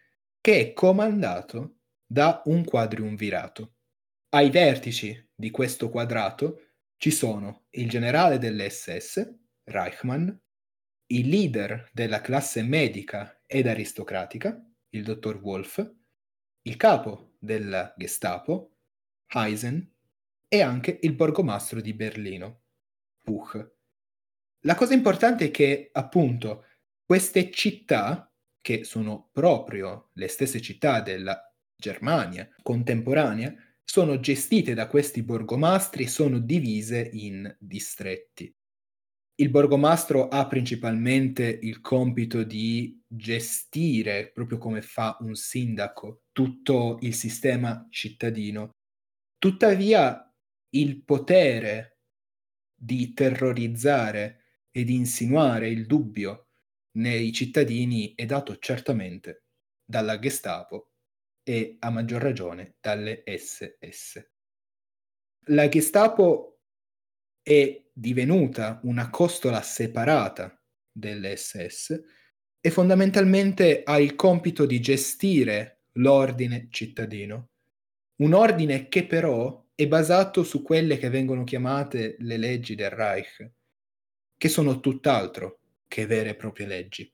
che è comandato da un quadriumvirato. Ai vertici di questo quadrato ci sono il generale delle S S, Reichmann, il leader della classe medica ed aristocratica, il dottor Wolf, il capo della Gestapo, Heisen, e anche il borgomastro di Berlino, Puch. La cosa importante è che, appunto, queste città, che sono proprio le stesse città della Germania contemporanea, sono gestite da questi borgomastri e sono divise in distretti. Il borgomastro ha principalmente il compito di gestire, proprio come fa un sindaco, tutto il sistema cittadino. Tuttavia, il potere di terrorizzare e di insinuare il dubbio nei cittadini è dato certamente dalla Gestapo e, a maggior ragione, dalle S S. La Gestapo è divenuta una costola separata delle S S e fondamentalmente ha il compito di gestire l'ordine cittadino. Un ordine che però è basato su quelle che vengono chiamate le leggi del Reich, che sono tutt'altro che vere e proprie leggi.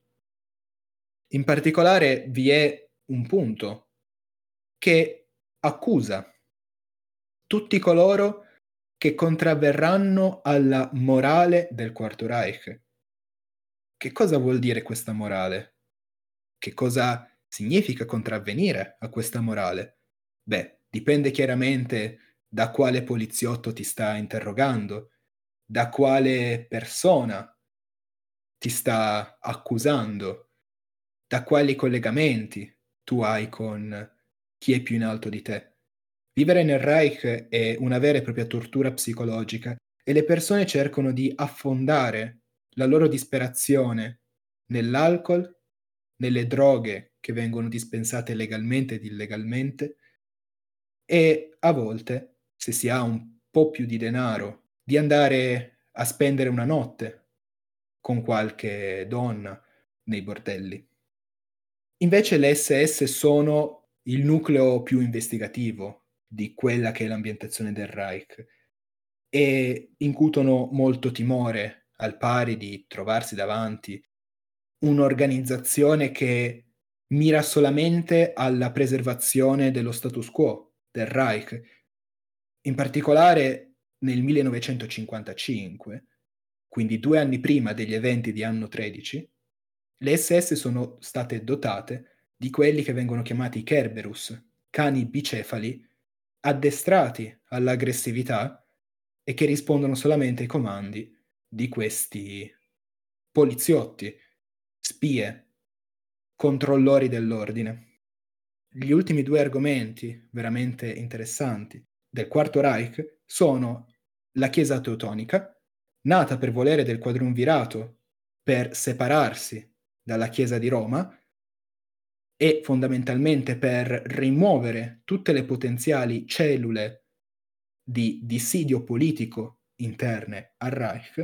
In particolare vi è un punto che accusa tutti coloro che contravverranno alla morale del Quarto Reich. Che cosa vuol dire questa morale? Che cosa significa contravvenire a questa morale? Beh, dipende chiaramente da quale poliziotto ti sta interrogando, da quale persona ti sta accusando, da quali collegamenti tu hai con chi è più in alto di te. Vivere nel Reich è una vera e propria tortura psicologica e le persone cercano di affondare la loro disperazione nell'alcol, nelle droghe che vengono dispensate legalmente ed illegalmente e a volte, se si ha un po' più di denaro, di andare a spendere una notte con qualche donna nei bordelli. Invece le S S sono il nucleo più investigativo di quella che è l'ambientazione del Reich e incutono molto timore, al pari di trovarsi davanti un'organizzazione che mira solamente alla preservazione dello status quo del Reich. In particolare nel millenovecentocinquantacinque, quindi due anni prima degli eventi di Anno tredici, le S S sono state dotate di quelli che vengono chiamati Kerberus, cani bicefali addestrati all'aggressività e che rispondono solamente ai comandi di questi poliziotti, spie, controllori dell'ordine. Gli ultimi due argomenti veramente interessanti del Quarto Reich sono la Chiesa teutonica, nata per volere del quadriumvirato per separarsi dalla Chiesa di Roma e fondamentalmente per rimuovere tutte le potenziali cellule di dissidio politico interne al Reich,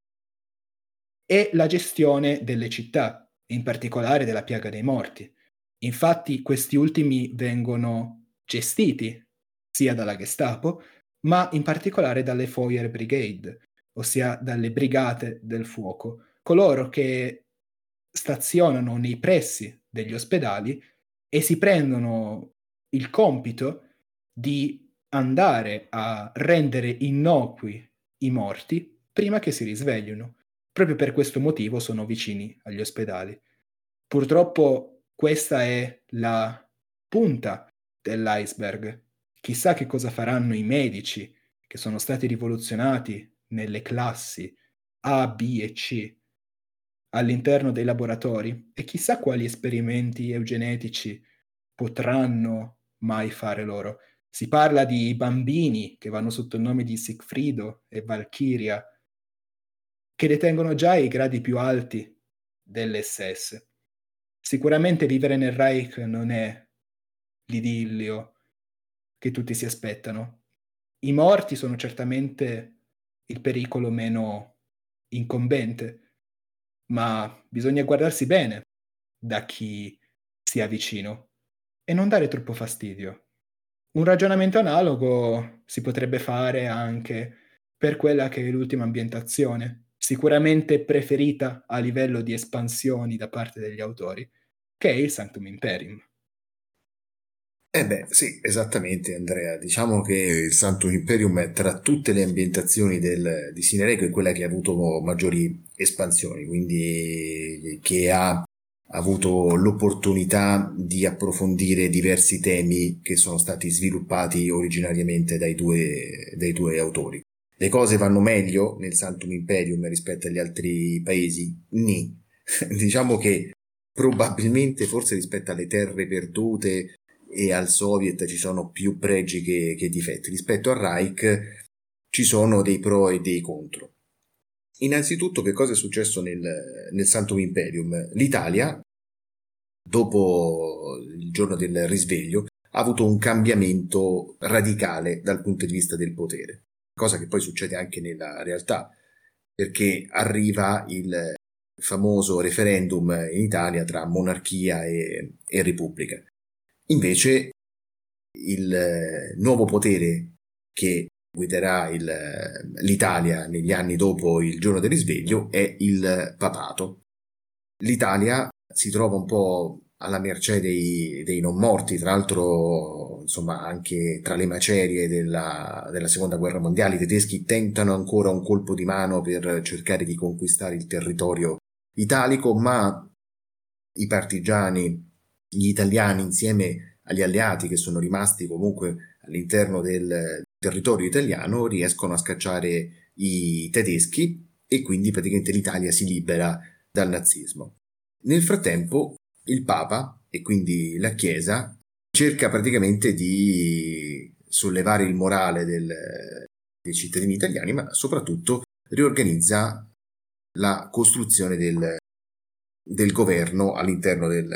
e la gestione delle città, in particolare della piaga dei morti. Infatti questi ultimi vengono gestiti sia dalla Gestapo, ma in particolare dalle Feuerbrigade, ossia dalle brigate del fuoco, coloro che stazionano nei pressi degli ospedali e si prendono il compito di andare a rendere innocui i morti prima che si risveglino. Proprio per questo motivo sono vicini agli ospedali. Purtroppo questa è la punta dell'iceberg. Chissà che cosa faranno i medici che sono stati rivoluzionati nelle classi A, B e C all'interno dei laboratori e chissà quali esperimenti eugenetici potranno mai fare loro. Si parla di bambini che vanno sotto il nome di Sigfrido e Valchiria, che detengono già i gradi più alti dell'S S. Sicuramente vivere nel Reich non è l'idillio che tutti si aspettano. I morti sono certamente il pericolo meno incombente, ma bisogna guardarsi bene da chi si ha vicino. e non dare troppo fastidio. Un ragionamento analogo si potrebbe fare anche per quella che è l'ultima ambientazione, sicuramente preferita a livello di espansioni da parte degli autori, che è il Sanctum Imperium. Eh beh, sì, esattamente Andrea. Diciamo che il Sanctum Imperium è tra tutte le ambientazioni del, di Cinereco è quella che ha avuto maggiori espansioni, quindi che ha avuto l'opportunità di approfondire diversi temi che sono stati sviluppati originariamente dai due, dai due autori. Le cose vanno meglio nel Sanctum Imperium rispetto agli altri paesi? Nì. Diciamo che probabilmente, forse rispetto alle terre perdute e al Soviet, ci sono più pregi che, che difetti. Rispetto al Reich ci sono dei pro e dei contro. Innanzitutto, che cosa è successo nel, nel Sanctum Imperium? L'Italia, dopo il giorno del risveglio, ha avuto un cambiamento radicale dal punto di vista del potere, cosa che poi succede anche nella realtà, perché arriva il famoso referendum in Italia tra monarchia e, e repubblica. Invece il nuovo potere che guiderà il, l'Italia negli anni dopo il giorno del risveglio è il papato. L'Italia si trova un po' alla mercé dei, dei non morti, tra l'altro, insomma, anche tra le macerie della, della seconda guerra mondiale i tedeschi tentano ancora un colpo di mano per cercare di conquistare il territorio italico, ma i partigiani, gli italiani insieme agli alleati che sono rimasti comunque all'interno del territorio italiano riescono a scacciare i tedeschi e quindi praticamente l'Italia si libera dal nazismo. Nel frattempo il Papa e quindi la Chiesa cerca praticamente di sollevare il morale del, dei cittadini italiani, ma soprattutto riorganizza la costruzione del, del governo all'interno del,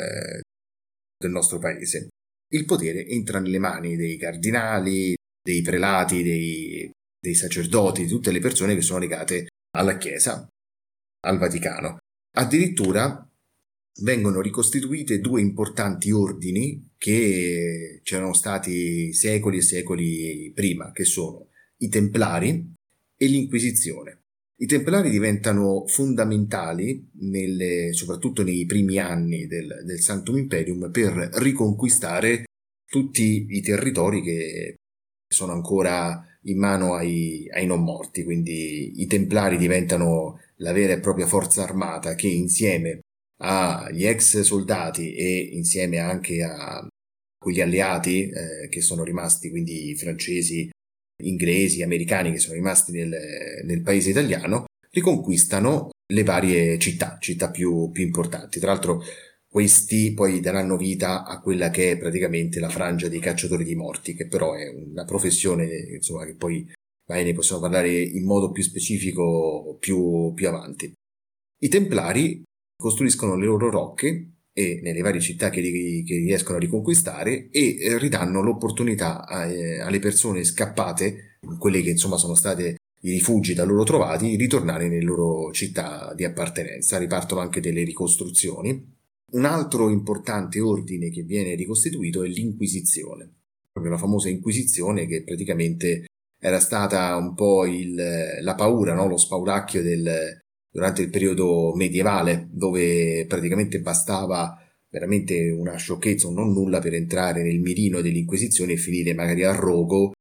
del nostro paese. Il potere entra nelle mani dei cardinali, dei prelati, dei, dei sacerdoti, di tutte le persone che sono legate alla Chiesa, al Vaticano. Addirittura vengono ricostituite due importanti ordini che c'erano stati secoli e secoli prima, che sono i Templari e l'Inquisizione. I Templari diventano fondamentali, nelle, soprattutto nei primi anni del, del Sanctum Imperium, per riconquistare tutti i territori che sono ancora in mano ai, ai non morti. Quindi i Templari diventano la vera e propria forza armata che insieme agli ex soldati e insieme anche a quegli alleati eh, che sono rimasti, quindi francesi, inglesi, americani che sono rimasti nel, nel paese italiano, riconquistano le varie città, città più, più importanti. Tra l'altro questi poi daranno vita a quella che è praticamente la frangia dei cacciatori di morti, che però è una professione, insomma, che poi magari ne possiamo parlare in modo più specifico più, più avanti. I Templari costruiscono le loro rocche e nelle varie città che, che riescono a riconquistare e eh, ridanno l'opportunità a, eh, alle persone scappate, quelle che insomma sono state i rifugi da loro trovati, di ritornare nelle loro città di appartenenza. Ripartono anche delle ricostruzioni. Un altro importante ordine che viene ricostituito è l'Inquisizione, proprio la famosa Inquisizione che praticamente era stata un po' il, la paura, no? Lo spauracchio del durante il periodo medievale, dove praticamente bastava veramente una sciocchezza, un non nulla per entrare nel mirino dell'Inquisizione e finire magari al rogo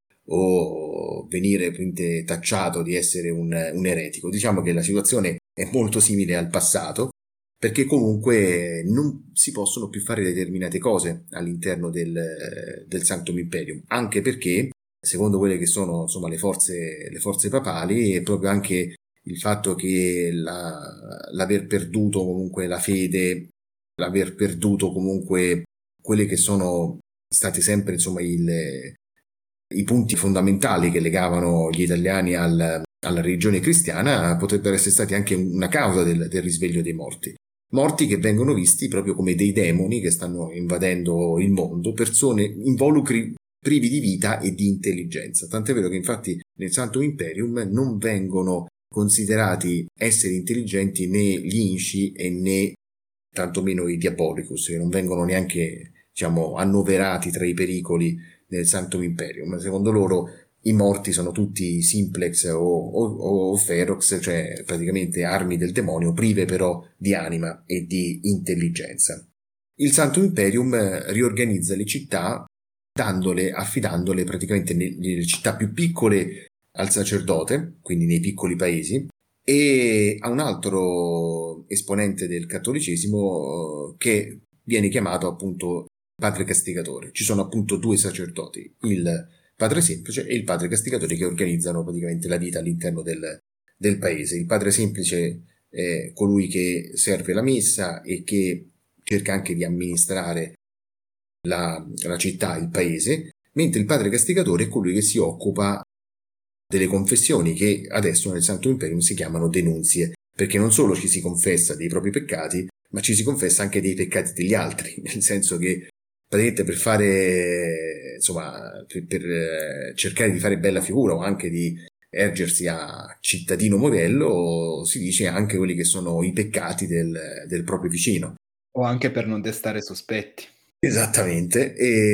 o venire tacciato di essere un, un eretico. Diciamo che la situazione è molto simile al passato, perché comunque non si possono più fare determinate cose all'interno del, del Sanctum Imperium, anche perché, secondo quelle che sono insomma le forze, le forze papali, è proprio anche il fatto che la, l'aver perduto comunque la fede, l'aver perduto comunque quelle che sono stati sempre insomma il, i punti fondamentali che legavano gli italiani al, alla religione cristiana, potrebbero essere stati anche una causa del, del risveglio dei morti. Morti che vengono visti proprio come dei demoni che stanno invadendo il mondo, persone involucri privi di vita e di intelligenza. Tant'è vero che infatti nel Sanctum Imperium non vengono considerati esseri intelligenti né gli Inci e né tantomeno i Diabolicus, che non vengono neanche diciamo, annoverati tra i pericoli del Sanctum Imperium. Secondo loro i morti sono tutti simplex o, o, o ferox, cioè praticamente armi del demonio, prive però di anima e di intelligenza. Il Sanctum Imperium riorganizza le città dandole, affidandole praticamente nelle città più piccole al sacerdote, quindi nei piccoli paesi, e a un altro esponente del cattolicesimo che viene chiamato appunto padre castigatore. Ci sono appunto due sacerdoti, il padre semplice e il padre castigatore, che organizzano praticamente la vita all'interno del, del paese. Il padre semplice è colui che serve la messa e che cerca anche di amministrare la, la città, il paese, mentre il padre castigatore è colui che si occupa delle confessioni, che adesso nel Sanctum Imperium si chiamano denunzie, perché non solo ci si confessa dei propri peccati, ma ci si confessa anche dei peccati degli altri, nel senso che praticamente per fare, insomma, per, per cercare di fare bella figura o anche di ergersi a cittadino modello, si dice anche quelli che sono i peccati del, del proprio vicino. O anche per non destare sospetti. Esattamente,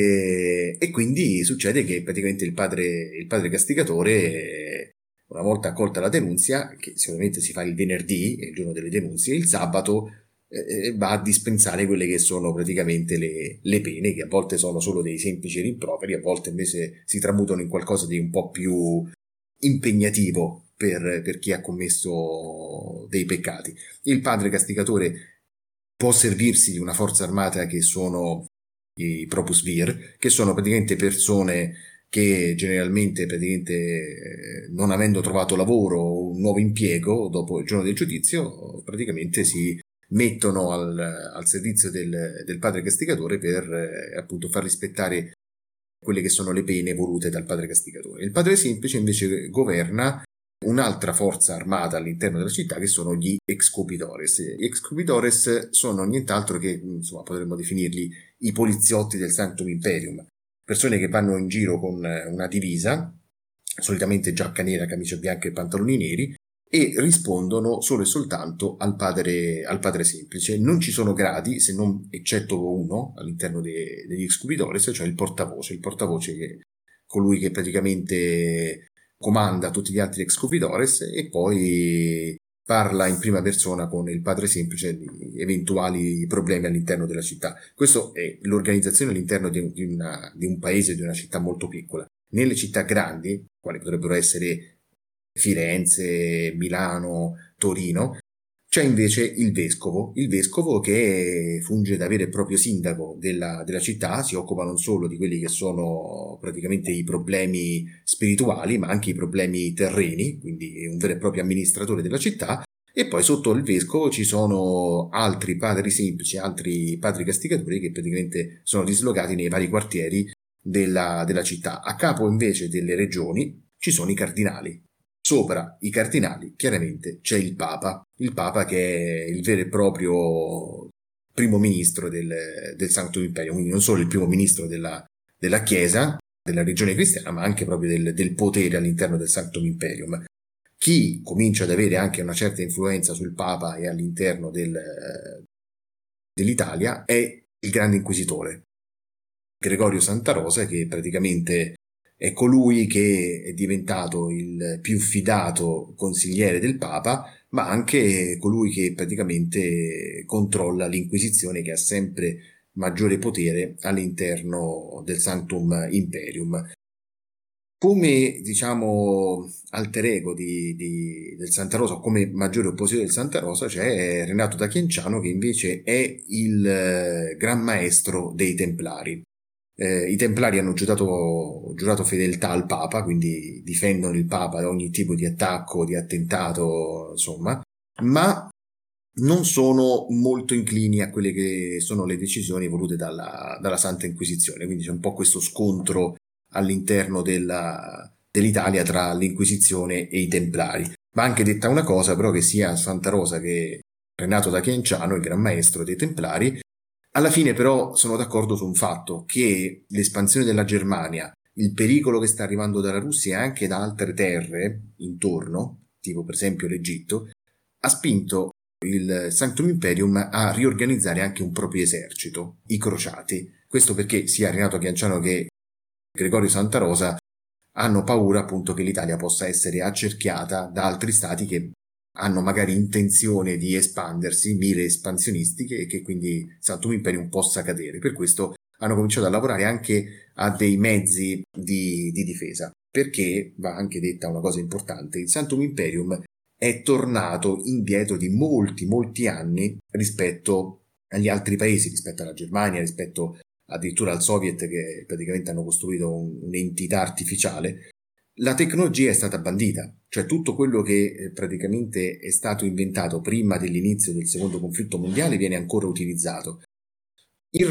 e, e quindi succede che praticamente il padre, il padre castigatore, una volta accolta la denunzia, che sicuramente si fa il venerdì, il giorno delle denunzie, il sabato eh, va a dispensare quelle che sono praticamente le, le pene, che a volte sono solo dei semplici rimproveri, a volte invece si tramutano in qualcosa di un po' più impegnativo per, per chi ha commesso dei peccati. Il padre castigatore può servirsi di una forza armata che sono i Propus Vir, che sono praticamente persone che generalmente, praticamente, non avendo trovato lavoro o un nuovo impiego dopo il giorno del giudizio, praticamente si mettono al, al servizio del, del padre castigatore per eh, appunto far rispettare quelle che sono le pene volute dal padre castigatore. Il padre semplice invece governa un'altra forza armata all'interno della città, che sono gli excupidores. Gli excupidores sono nient'altro che, insomma, potremmo definirli i poliziotti del Sanctum Imperium, persone che vanno in giro con una divisa, solitamente giacca nera, camicia bianca e pantaloni neri, e rispondono solo e soltanto al padre, al padre semplice. Non ci sono gradi, se non eccetto uno all'interno de, degli excupidores, cioè il portavoce. Il portavoce che è colui che praticamente comanda tutti gli altri excupidores e poi parla in prima persona con il padre semplice di eventuali problemi all'interno della città. Questa è l'organizzazione all'interno di, di, una, di un paese, di una città molto piccola. Nelle città grandi, quali potrebbero essere Firenze, Milano, Torino, c'è invece il vescovo, il vescovo che funge da vero e proprio sindaco della, della città, si occupa non solo di quelli che sono praticamente i problemi spirituali, ma anche i problemi terreni, quindi è un vero e proprio amministratore della città. E poi sotto il vescovo ci sono altri padri semplici, altri padri castigatori che praticamente sono dislocati nei vari quartieri della, della città. A capo invece delle regioni ci sono i cardinali. Sopra i cardinali chiaramente c'è il Papa, il Papa che è il vero e proprio primo ministro del, del Sanctum Imperium, quindi non solo il primo ministro della, della Chiesa, della religione cristiana, ma anche proprio del, del potere all'interno del Sanctum Imperium. Chi comincia ad avere anche una certa influenza sul Papa e all'interno del, dell'Italia è il Grande Inquisitore, Gregorio Santarosa, che praticamente è colui che è diventato il più fidato consigliere del Papa, ma anche colui che praticamente controlla l'Inquisizione, che ha sempre maggiore potere all'interno del Sanctum Imperium. Come, diciamo, alter ego di, di, del Santa Rosa, come maggiore oppositore del Santa Rosa, c'è Renato da Chianciano, che invece è il eh, gran maestro dei Templari. Eh, I Templari hanno giurato, giurato fedeltà al Papa, quindi difendono il Papa da ogni tipo di attacco, di attentato, insomma, ma non sono molto inclini a quelle che sono le decisioni volute dalla, dalla Santa Inquisizione, quindi c'è un po' questo scontro all'interno della, dell'Italia tra l'Inquisizione e i Templari. Ma anche detta una cosa, però, che sia Santa Rosa che Renato da Chianciano, il gran maestro dei Templari, alla fine però sono d'accordo su un fatto, che l'espansione della Germania, il pericolo che sta arrivando dalla Russia e anche da altre terre intorno, tipo per esempio l'Egitto, ha spinto il Sanctum Imperium a riorganizzare anche un proprio esercito, i crociati. Questo perché sia Renato Chianciano che Gregorio Santarosa hanno paura appunto che l'Italia possa essere accerchiata da altri stati che hanno magari intenzione di espandersi, mire espansionistiche, e che quindi Sanctum Imperium possa cadere. Per questo hanno cominciato a lavorare anche a dei mezzi di, di difesa, perché, va anche detta una cosa importante, il Sanctum Imperium è tornato indietro di molti, molti anni rispetto agli altri paesi, rispetto alla Germania, rispetto addirittura al Soviet, che praticamente hanno costruito un, un'entità artificiale. La tecnologia è stata bandita, cioè tutto quello che eh, praticamente è stato inventato prima dell'inizio del secondo conflitto mondiale viene ancora utilizzato. Il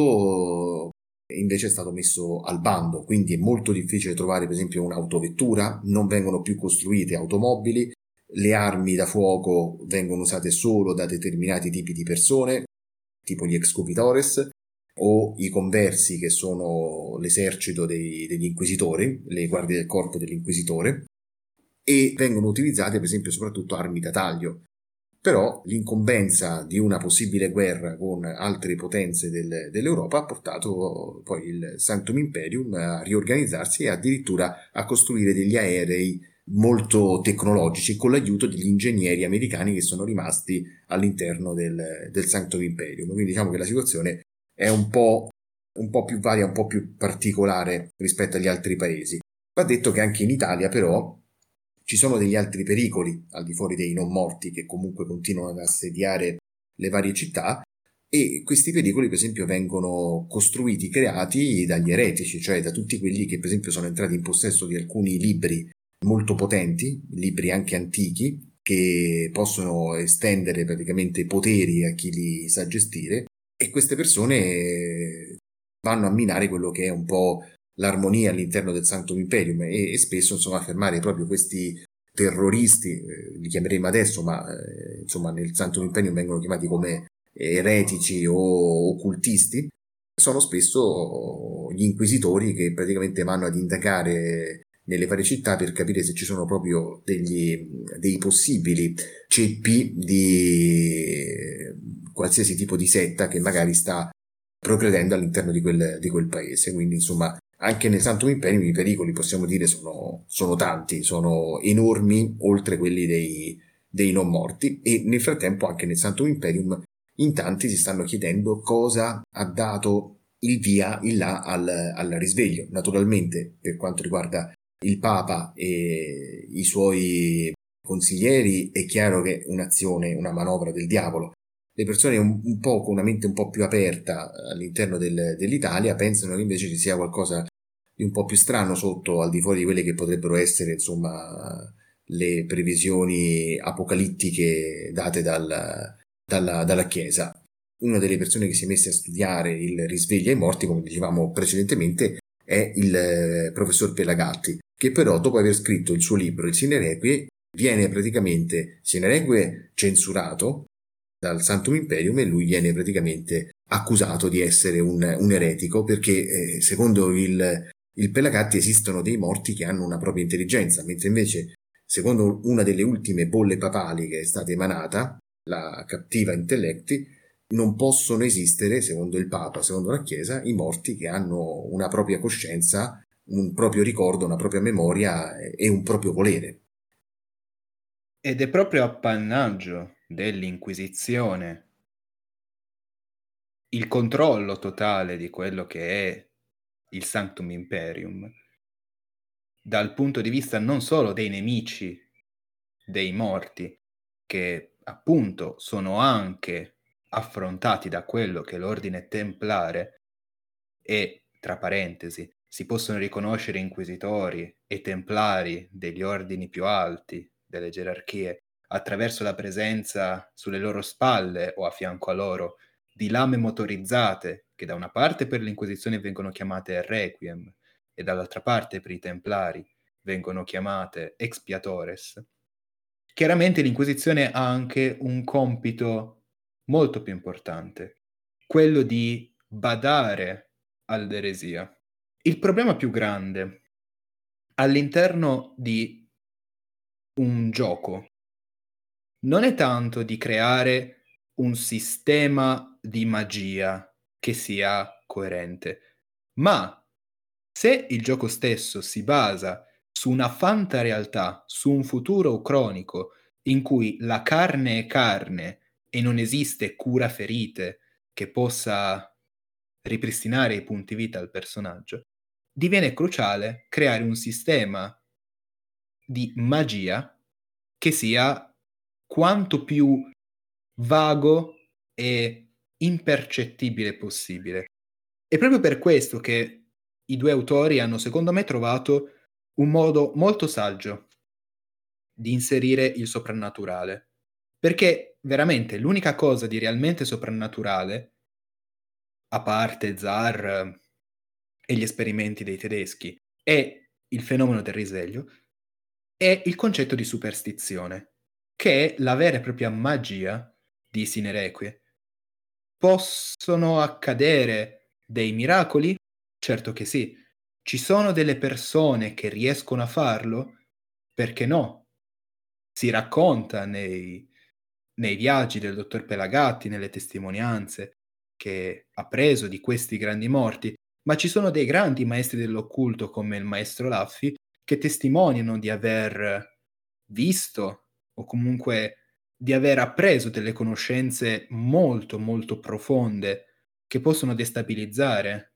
resto invece è stato messo al bando, quindi è molto difficile trovare per esempio un'autovettura, non vengono più costruite automobili, le armi da fuoco vengono usate solo da determinati tipi di persone, tipo gli excupitores, o i conversi, che sono l'esercito dei, degli inquisitori, le guardie del corpo dell'inquisitore, e vengono utilizzate per esempio soprattutto armi da taglio. Però l'incombenza di una possibile guerra con altre potenze del, dell'Europa ha portato poi il Sanctum Imperium a riorganizzarsi e addirittura a costruire degli aerei molto tecnologici con l'aiuto degli ingegneri americani che sono rimasti all'interno del, del Sanctum Imperium. Quindi diciamo che la situazione è un po', un po' più varia, un po' più particolare rispetto agli altri paesi. Va detto che anche in Italia però ci sono degli altri pericoli al di fuori dei non morti che comunque continuano ad assediare le varie città, e questi pericoli per esempio vengono costruiti, creati dagli eretici, cioè da tutti quelli che per esempio sono entrati in possesso di alcuni libri molto potenti, libri anche antichi, che possono estendere praticamente poteri a chi li sa gestire, e queste persone vanno a minare quello che è un po' l'armonia all'interno del Sanctum Imperium, e, e spesso insomma fermare proprio questi terroristi, eh, li chiameremo adesso, ma eh, insomma nel Sanctum Imperium vengono chiamati come eretici o occultisti, sono spesso gli inquisitori che praticamente vanno ad indagare nelle varie città per capire se ci sono proprio degli, dei possibili ceppi di qualsiasi tipo di setta che magari sta progredendo all'interno di quel, di quel paese. Quindi insomma anche nel Sanctum Imperium i pericoli, possiamo dire, sono, sono tanti, sono enormi, oltre quelli dei, dei non morti, e nel frattempo anche nel Sanctum Imperium in tanti si stanno chiedendo cosa ha dato il via, il là al, al risveglio. Naturalmente per quanto riguarda il Papa e i suoi consiglieri è chiaro che è un'azione, una manovra del diavolo. Le persone un, un po' con una mente un po' più aperta all'interno del, dell'Italia pensano che invece ci sia qualcosa di un po' più strano sotto, al di fuori di quelle che potrebbero essere insomma le previsioni apocalittiche date dal, dalla, dalla Chiesa. Una delle persone che si è messa a studiare il risveglio ai morti, come dicevamo precedentemente, è il eh, professor Pelagatti, che però dopo aver scritto il suo libro Il Sine Requie viene praticamente Sine Requie censurato dal Sanctum Imperium, e lui viene praticamente accusato di essere un, un eretico, perché eh, secondo il, il Pelagatti esistono dei morti che hanno una propria intelligenza, mentre invece secondo una delle ultime bolle papali che è stata emanata, la Captiva Intellecti, non possono esistere, secondo il Papa, secondo la Chiesa, i morti che hanno una propria coscienza, un proprio ricordo, una propria memoria e un proprio volere. Ed è proprio appannaggio dell'Inquisizione il controllo totale di quello che è il Sanctum Imperium, dal punto di vista non solo dei nemici, dei morti, che appunto sono anche affrontati da quello che è l'ordine templare, e, tra parentesi, si possono riconoscere inquisitori e templari degli ordini più alti, delle gerarchie, attraverso la presenza sulle loro spalle o a fianco a loro di lame motorizzate, che da una parte per l'Inquisizione vengono chiamate requiem e dall'altra parte per i templari vengono chiamate expiatores. Chiaramente l'Inquisizione ha anche un compito molto più importante, quello di badare all'eresia. Il problema più grande all'interno di un gioco non è tanto di creare un sistema di magia che sia coerente. Ma se il gioco stesso si basa su una fantarealtà, su un futuro cronico in cui la carne è carne e non esiste cura ferite che possa ripristinare i punti vita al personaggio, diviene cruciale creare un sistema di magia che sia quanto più vago e impercettibile possibile. È proprio per questo che i due autori hanno, secondo me, trovato un modo molto saggio di inserire il soprannaturale. Perché veramente l'unica cosa di realmente soprannaturale, a parte Zar e gli esperimenti dei tedeschi, è il fenomeno del risveglio, è il concetto di superstizione, che è la vera e propria magia di Sine Requie. Possono accadere dei miracoli? Certo che sì. Ci sono delle persone che riescono a farlo? Perché no? Si racconta nei, nei viaggi del dottor Pelagatti, nelle testimonianze, che ha preso di questi grandi morti, ma ci sono dei grandi maestri dell'occulto come il maestro Laffi che testimoniano di aver visto o comunque di aver appreso delle conoscenze molto molto profonde che possono destabilizzare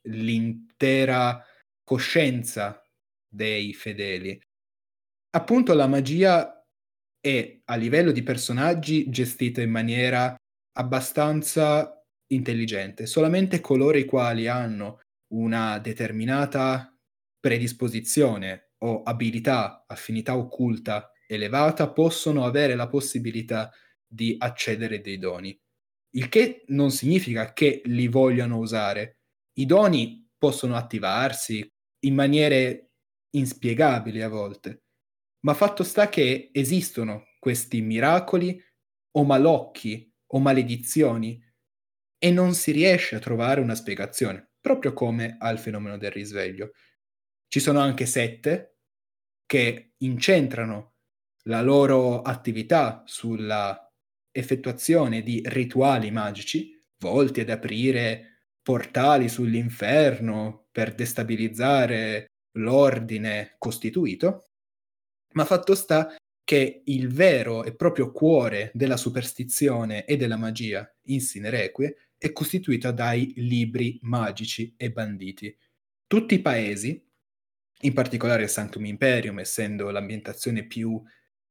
l'intera coscienza dei fedeli. Appunto la magia è, a livello di personaggi, gestita in maniera abbastanza intelligente. Solamente coloro i quali hanno una determinata predisposizione o abilità, affinità occulta elevata, possono avere la possibilità di accedere dei doni. Il che non significa che li vogliano usare. I doni possono attivarsi in maniere inspiegabili a volte, ma fatto sta che esistono questi miracoli o malocchi o maledizioni e non si riesce a trovare una spiegazione, proprio come al fenomeno del risveglio. Ci sono anche sette che incentrano la loro attività sulla effettuazione di rituali magici volti ad aprire portali sull'inferno per destabilizzare l'ordine costituito, ma fatto sta che il vero e proprio cuore della superstizione e della magia in Sine Requie è costituito dai libri magici e banditi. Tutti i paesi, in particolare il Sanctum Imperium, essendo l'ambientazione più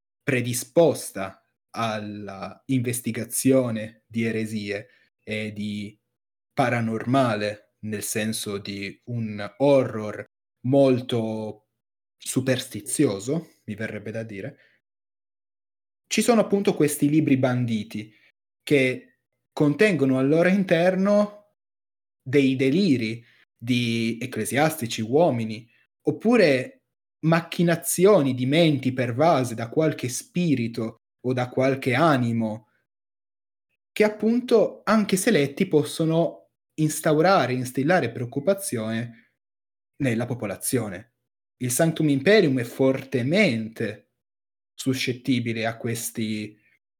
predisposta alla investigazione di eresie e di paranormale, nel senso di un horror molto superstizioso, mi verrebbe da dire, ci sono appunto questi libri banditi che contengono al loro interno dei deliri di ecclesiastici, uomini, oppure macchinazioni di menti pervase da qualche spirito o da qualche animo, che appunto, anche se letti, possono instaurare, instillare preoccupazione nella popolazione. Il Sanctum Imperium è fortemente suscettibile a questi,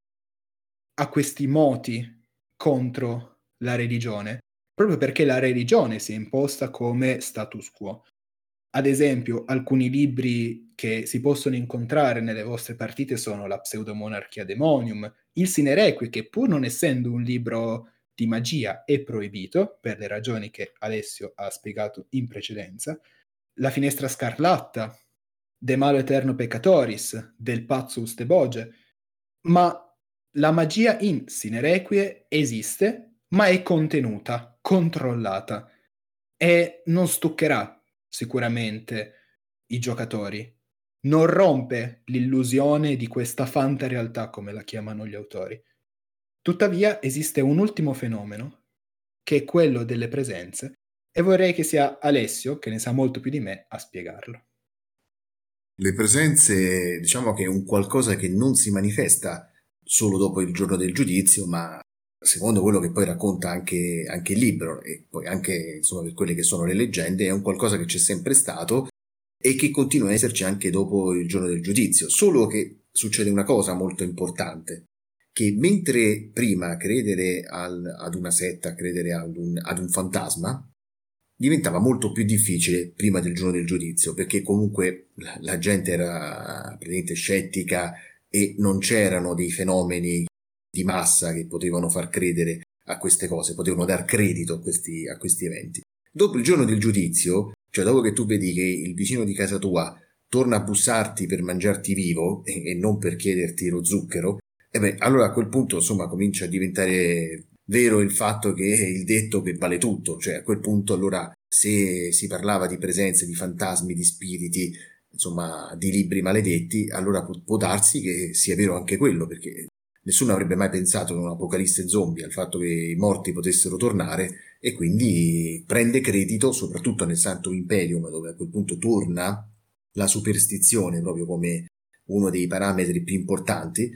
a questi moti contro la religione, proprio perché la religione si è imposta come status quo. Ad esempio, alcuni libri che si possono incontrare nelle vostre partite sono la Pseudomonarchia Demonium, il Sine Requie, che pur non essendo un libro di magia è proibito, per le ragioni che Alessio ha spiegato in precedenza, la Finestra Scarlatta, De Malo Eterno Peccatoris, del Pazzus de Boge, ma la magia in Sine Requie esiste, ma è contenuta, controllata, e non stuccherà sicuramente i giocatori. Non rompe l'illusione di questa fantarealtà, come la chiamano gli autori. Tuttavia esiste un ultimo fenomeno, che è quello delle presenze, e vorrei che sia Alessio, che ne sa molto più di me, a spiegarlo. Le presenze, diciamo che è un qualcosa che non si manifesta solo dopo il giorno del giudizio, ma secondo quello che poi racconta anche, anche il libro e poi anche insomma per quelle che sono le leggende, è un qualcosa che c'è sempre stato e che continua a esserci anche dopo il giorno del giudizio, solo che succede una cosa molto importante, che mentre prima credere al, ad una setta, credere ad un, ad un fantasma, diventava molto più difficile prima del giorno del giudizio, perché comunque la, la gente era praticamente scettica e non c'erano dei fenomeni di massa che potevano far credere a queste cose, potevano dar credito a questi, a questi eventi. Dopo il giorno del giudizio, cioè dopo che tu vedi che il vicino di casa tua torna a bussarti per mangiarti vivo e, e non per chiederti lo zucchero, e beh, allora a quel punto insomma comincia a diventare vero il fatto che è il detto che vale tutto, cioè a quel punto allora se si parlava di presenze, di fantasmi, di spiriti, insomma di libri maledetti, allora può, può darsi che sia vero anche quello, perché nessuno avrebbe mai pensato in un'apocalisse zombie al fatto che i morti potessero tornare, e quindi prende credito soprattutto nel Santo Imperium, dove a quel punto torna la superstizione proprio come uno dei parametri più importanti,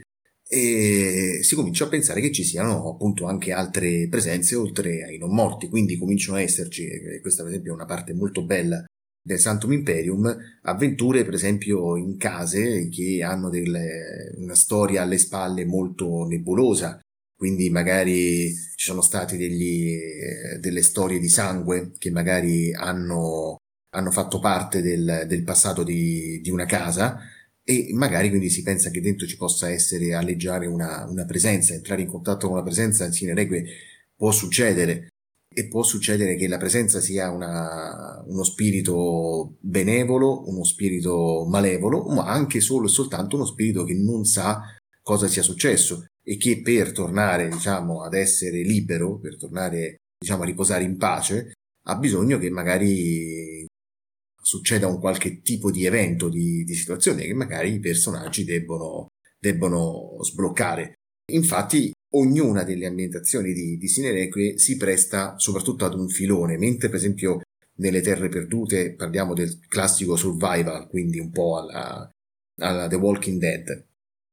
e si comincia a pensare che ci siano appunto anche altre presenze oltre ai non morti, quindi cominciano a esserci, e questa per esempio è una parte molto bella del Santum Imperium, avventure per esempio in case che hanno delle, una storia alle spalle molto nebulosa, quindi magari ci sono stati degli, eh, delle storie di sangue che magari hanno, hanno fatto parte del, del passato di, di una casa, e magari quindi si pensa che dentro ci possa essere alleggiare una, una presenza, entrare in contatto con una presenza in Sine Requie può succedere, e può succedere che la presenza sia una, uno spirito benevolo, uno spirito malevolo, ma anche solo e soltanto uno spirito che non sa cosa sia successo e che per tornare, diciamo, ad essere libero, per tornare, diciamo, a riposare in pace, ha bisogno che magari succeda un qualche tipo di evento, di, di situazione che magari i personaggi debbono, debbono sbloccare. Infatti ognuna delle ambientazioni di, di Sine Requie si presta soprattutto ad un filone, mentre per esempio nelle Terre Perdute parliamo del classico survival, quindi un po' alla, alla The Walking Dead.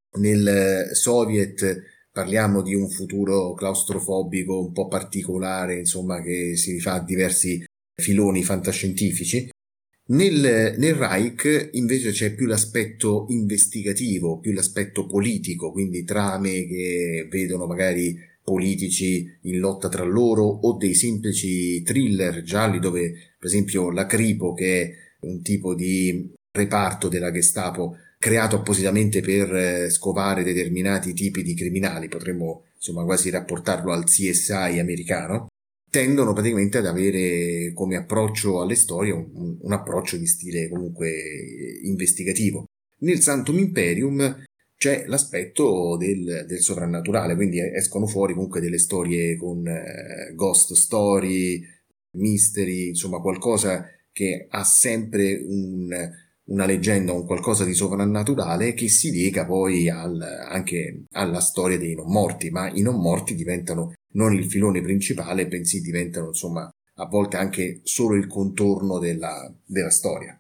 Nel Soviet parliamo di un futuro claustrofobico un po' particolare, insomma, che si rifà a diversi filoni fantascientifici. Nel, nel Reich invece c'è più l'aspetto investigativo, più l'aspetto politico, quindi trame che vedono magari politici in lotta tra loro, o dei semplici thriller gialli dove per esempio la Kripo, che è un tipo di reparto della Gestapo creato appositamente per eh, scovare determinati tipi di criminali, potremmo insomma quasi rapportarlo al C S I americano, tendono praticamente ad avere come approccio alle storie un, un approccio di stile comunque investigativo. Nel Santum Imperium c'è l'aspetto del, del sovrannaturale, quindi escono fuori comunque delle storie con eh, ghost story, mystery, insomma qualcosa che ha sempre un, una leggenda, un qualcosa di sovrannaturale che si lega poi al, anche alla storia dei non morti, ma i non morti diventano non il filone principale, bensì diventano insomma a volte anche solo il contorno della, della storia.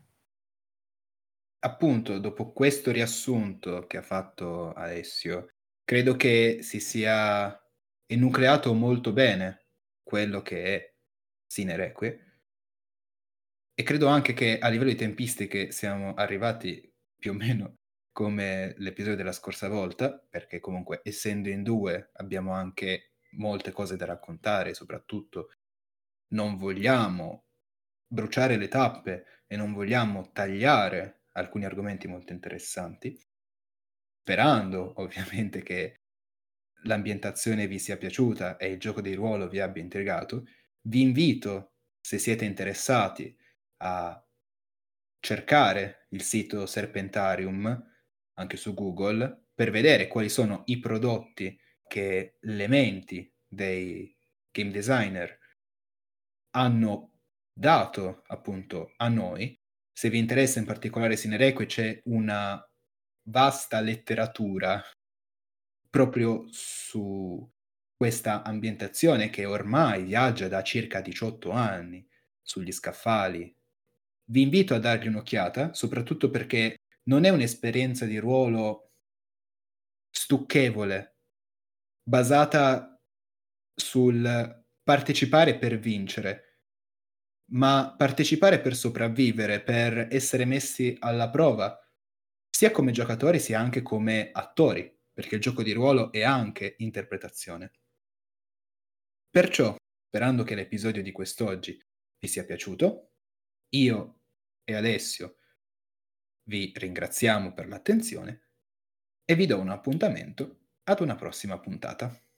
Appunto, dopo questo riassunto che ha fatto Alessio, credo che si sia enucleato molto bene quello che è Sine Requie, e credo anche che a livello di tempistiche siamo arrivati più o meno come l'episodio della scorsa volta, perché comunque essendo in due abbiamo anche molte cose da raccontare, soprattutto non vogliamo bruciare le tappe e non vogliamo tagliare alcuni argomenti molto interessanti, sperando ovviamente che l'ambientazione vi sia piaciuta e il gioco di ruolo vi abbia intrigato. Vi invito, se siete interessati, a cercare il sito Serpentarium anche su Google per vedere quali sono i prodotti che le menti dei game designer hanno dato appunto a noi. Se vi interessa in particolare Sine Requie, c'è una vasta letteratura proprio su questa ambientazione che ormai viaggia da circa diciotto anni sugli scaffali. Vi invito a dargli un'occhiata, soprattutto perché non è un'esperienza di ruolo stucchevole, basata sul partecipare per vincere, ma partecipare per sopravvivere, per essere messi alla prova, sia come giocatori sia anche come attori, perché il gioco di ruolo è anche interpretazione. Perciò, sperando che l'episodio di quest'oggi vi sia piaciuto, io e Alessio vi ringraziamo per l'attenzione e vi do un appuntamento ad una prossima puntata.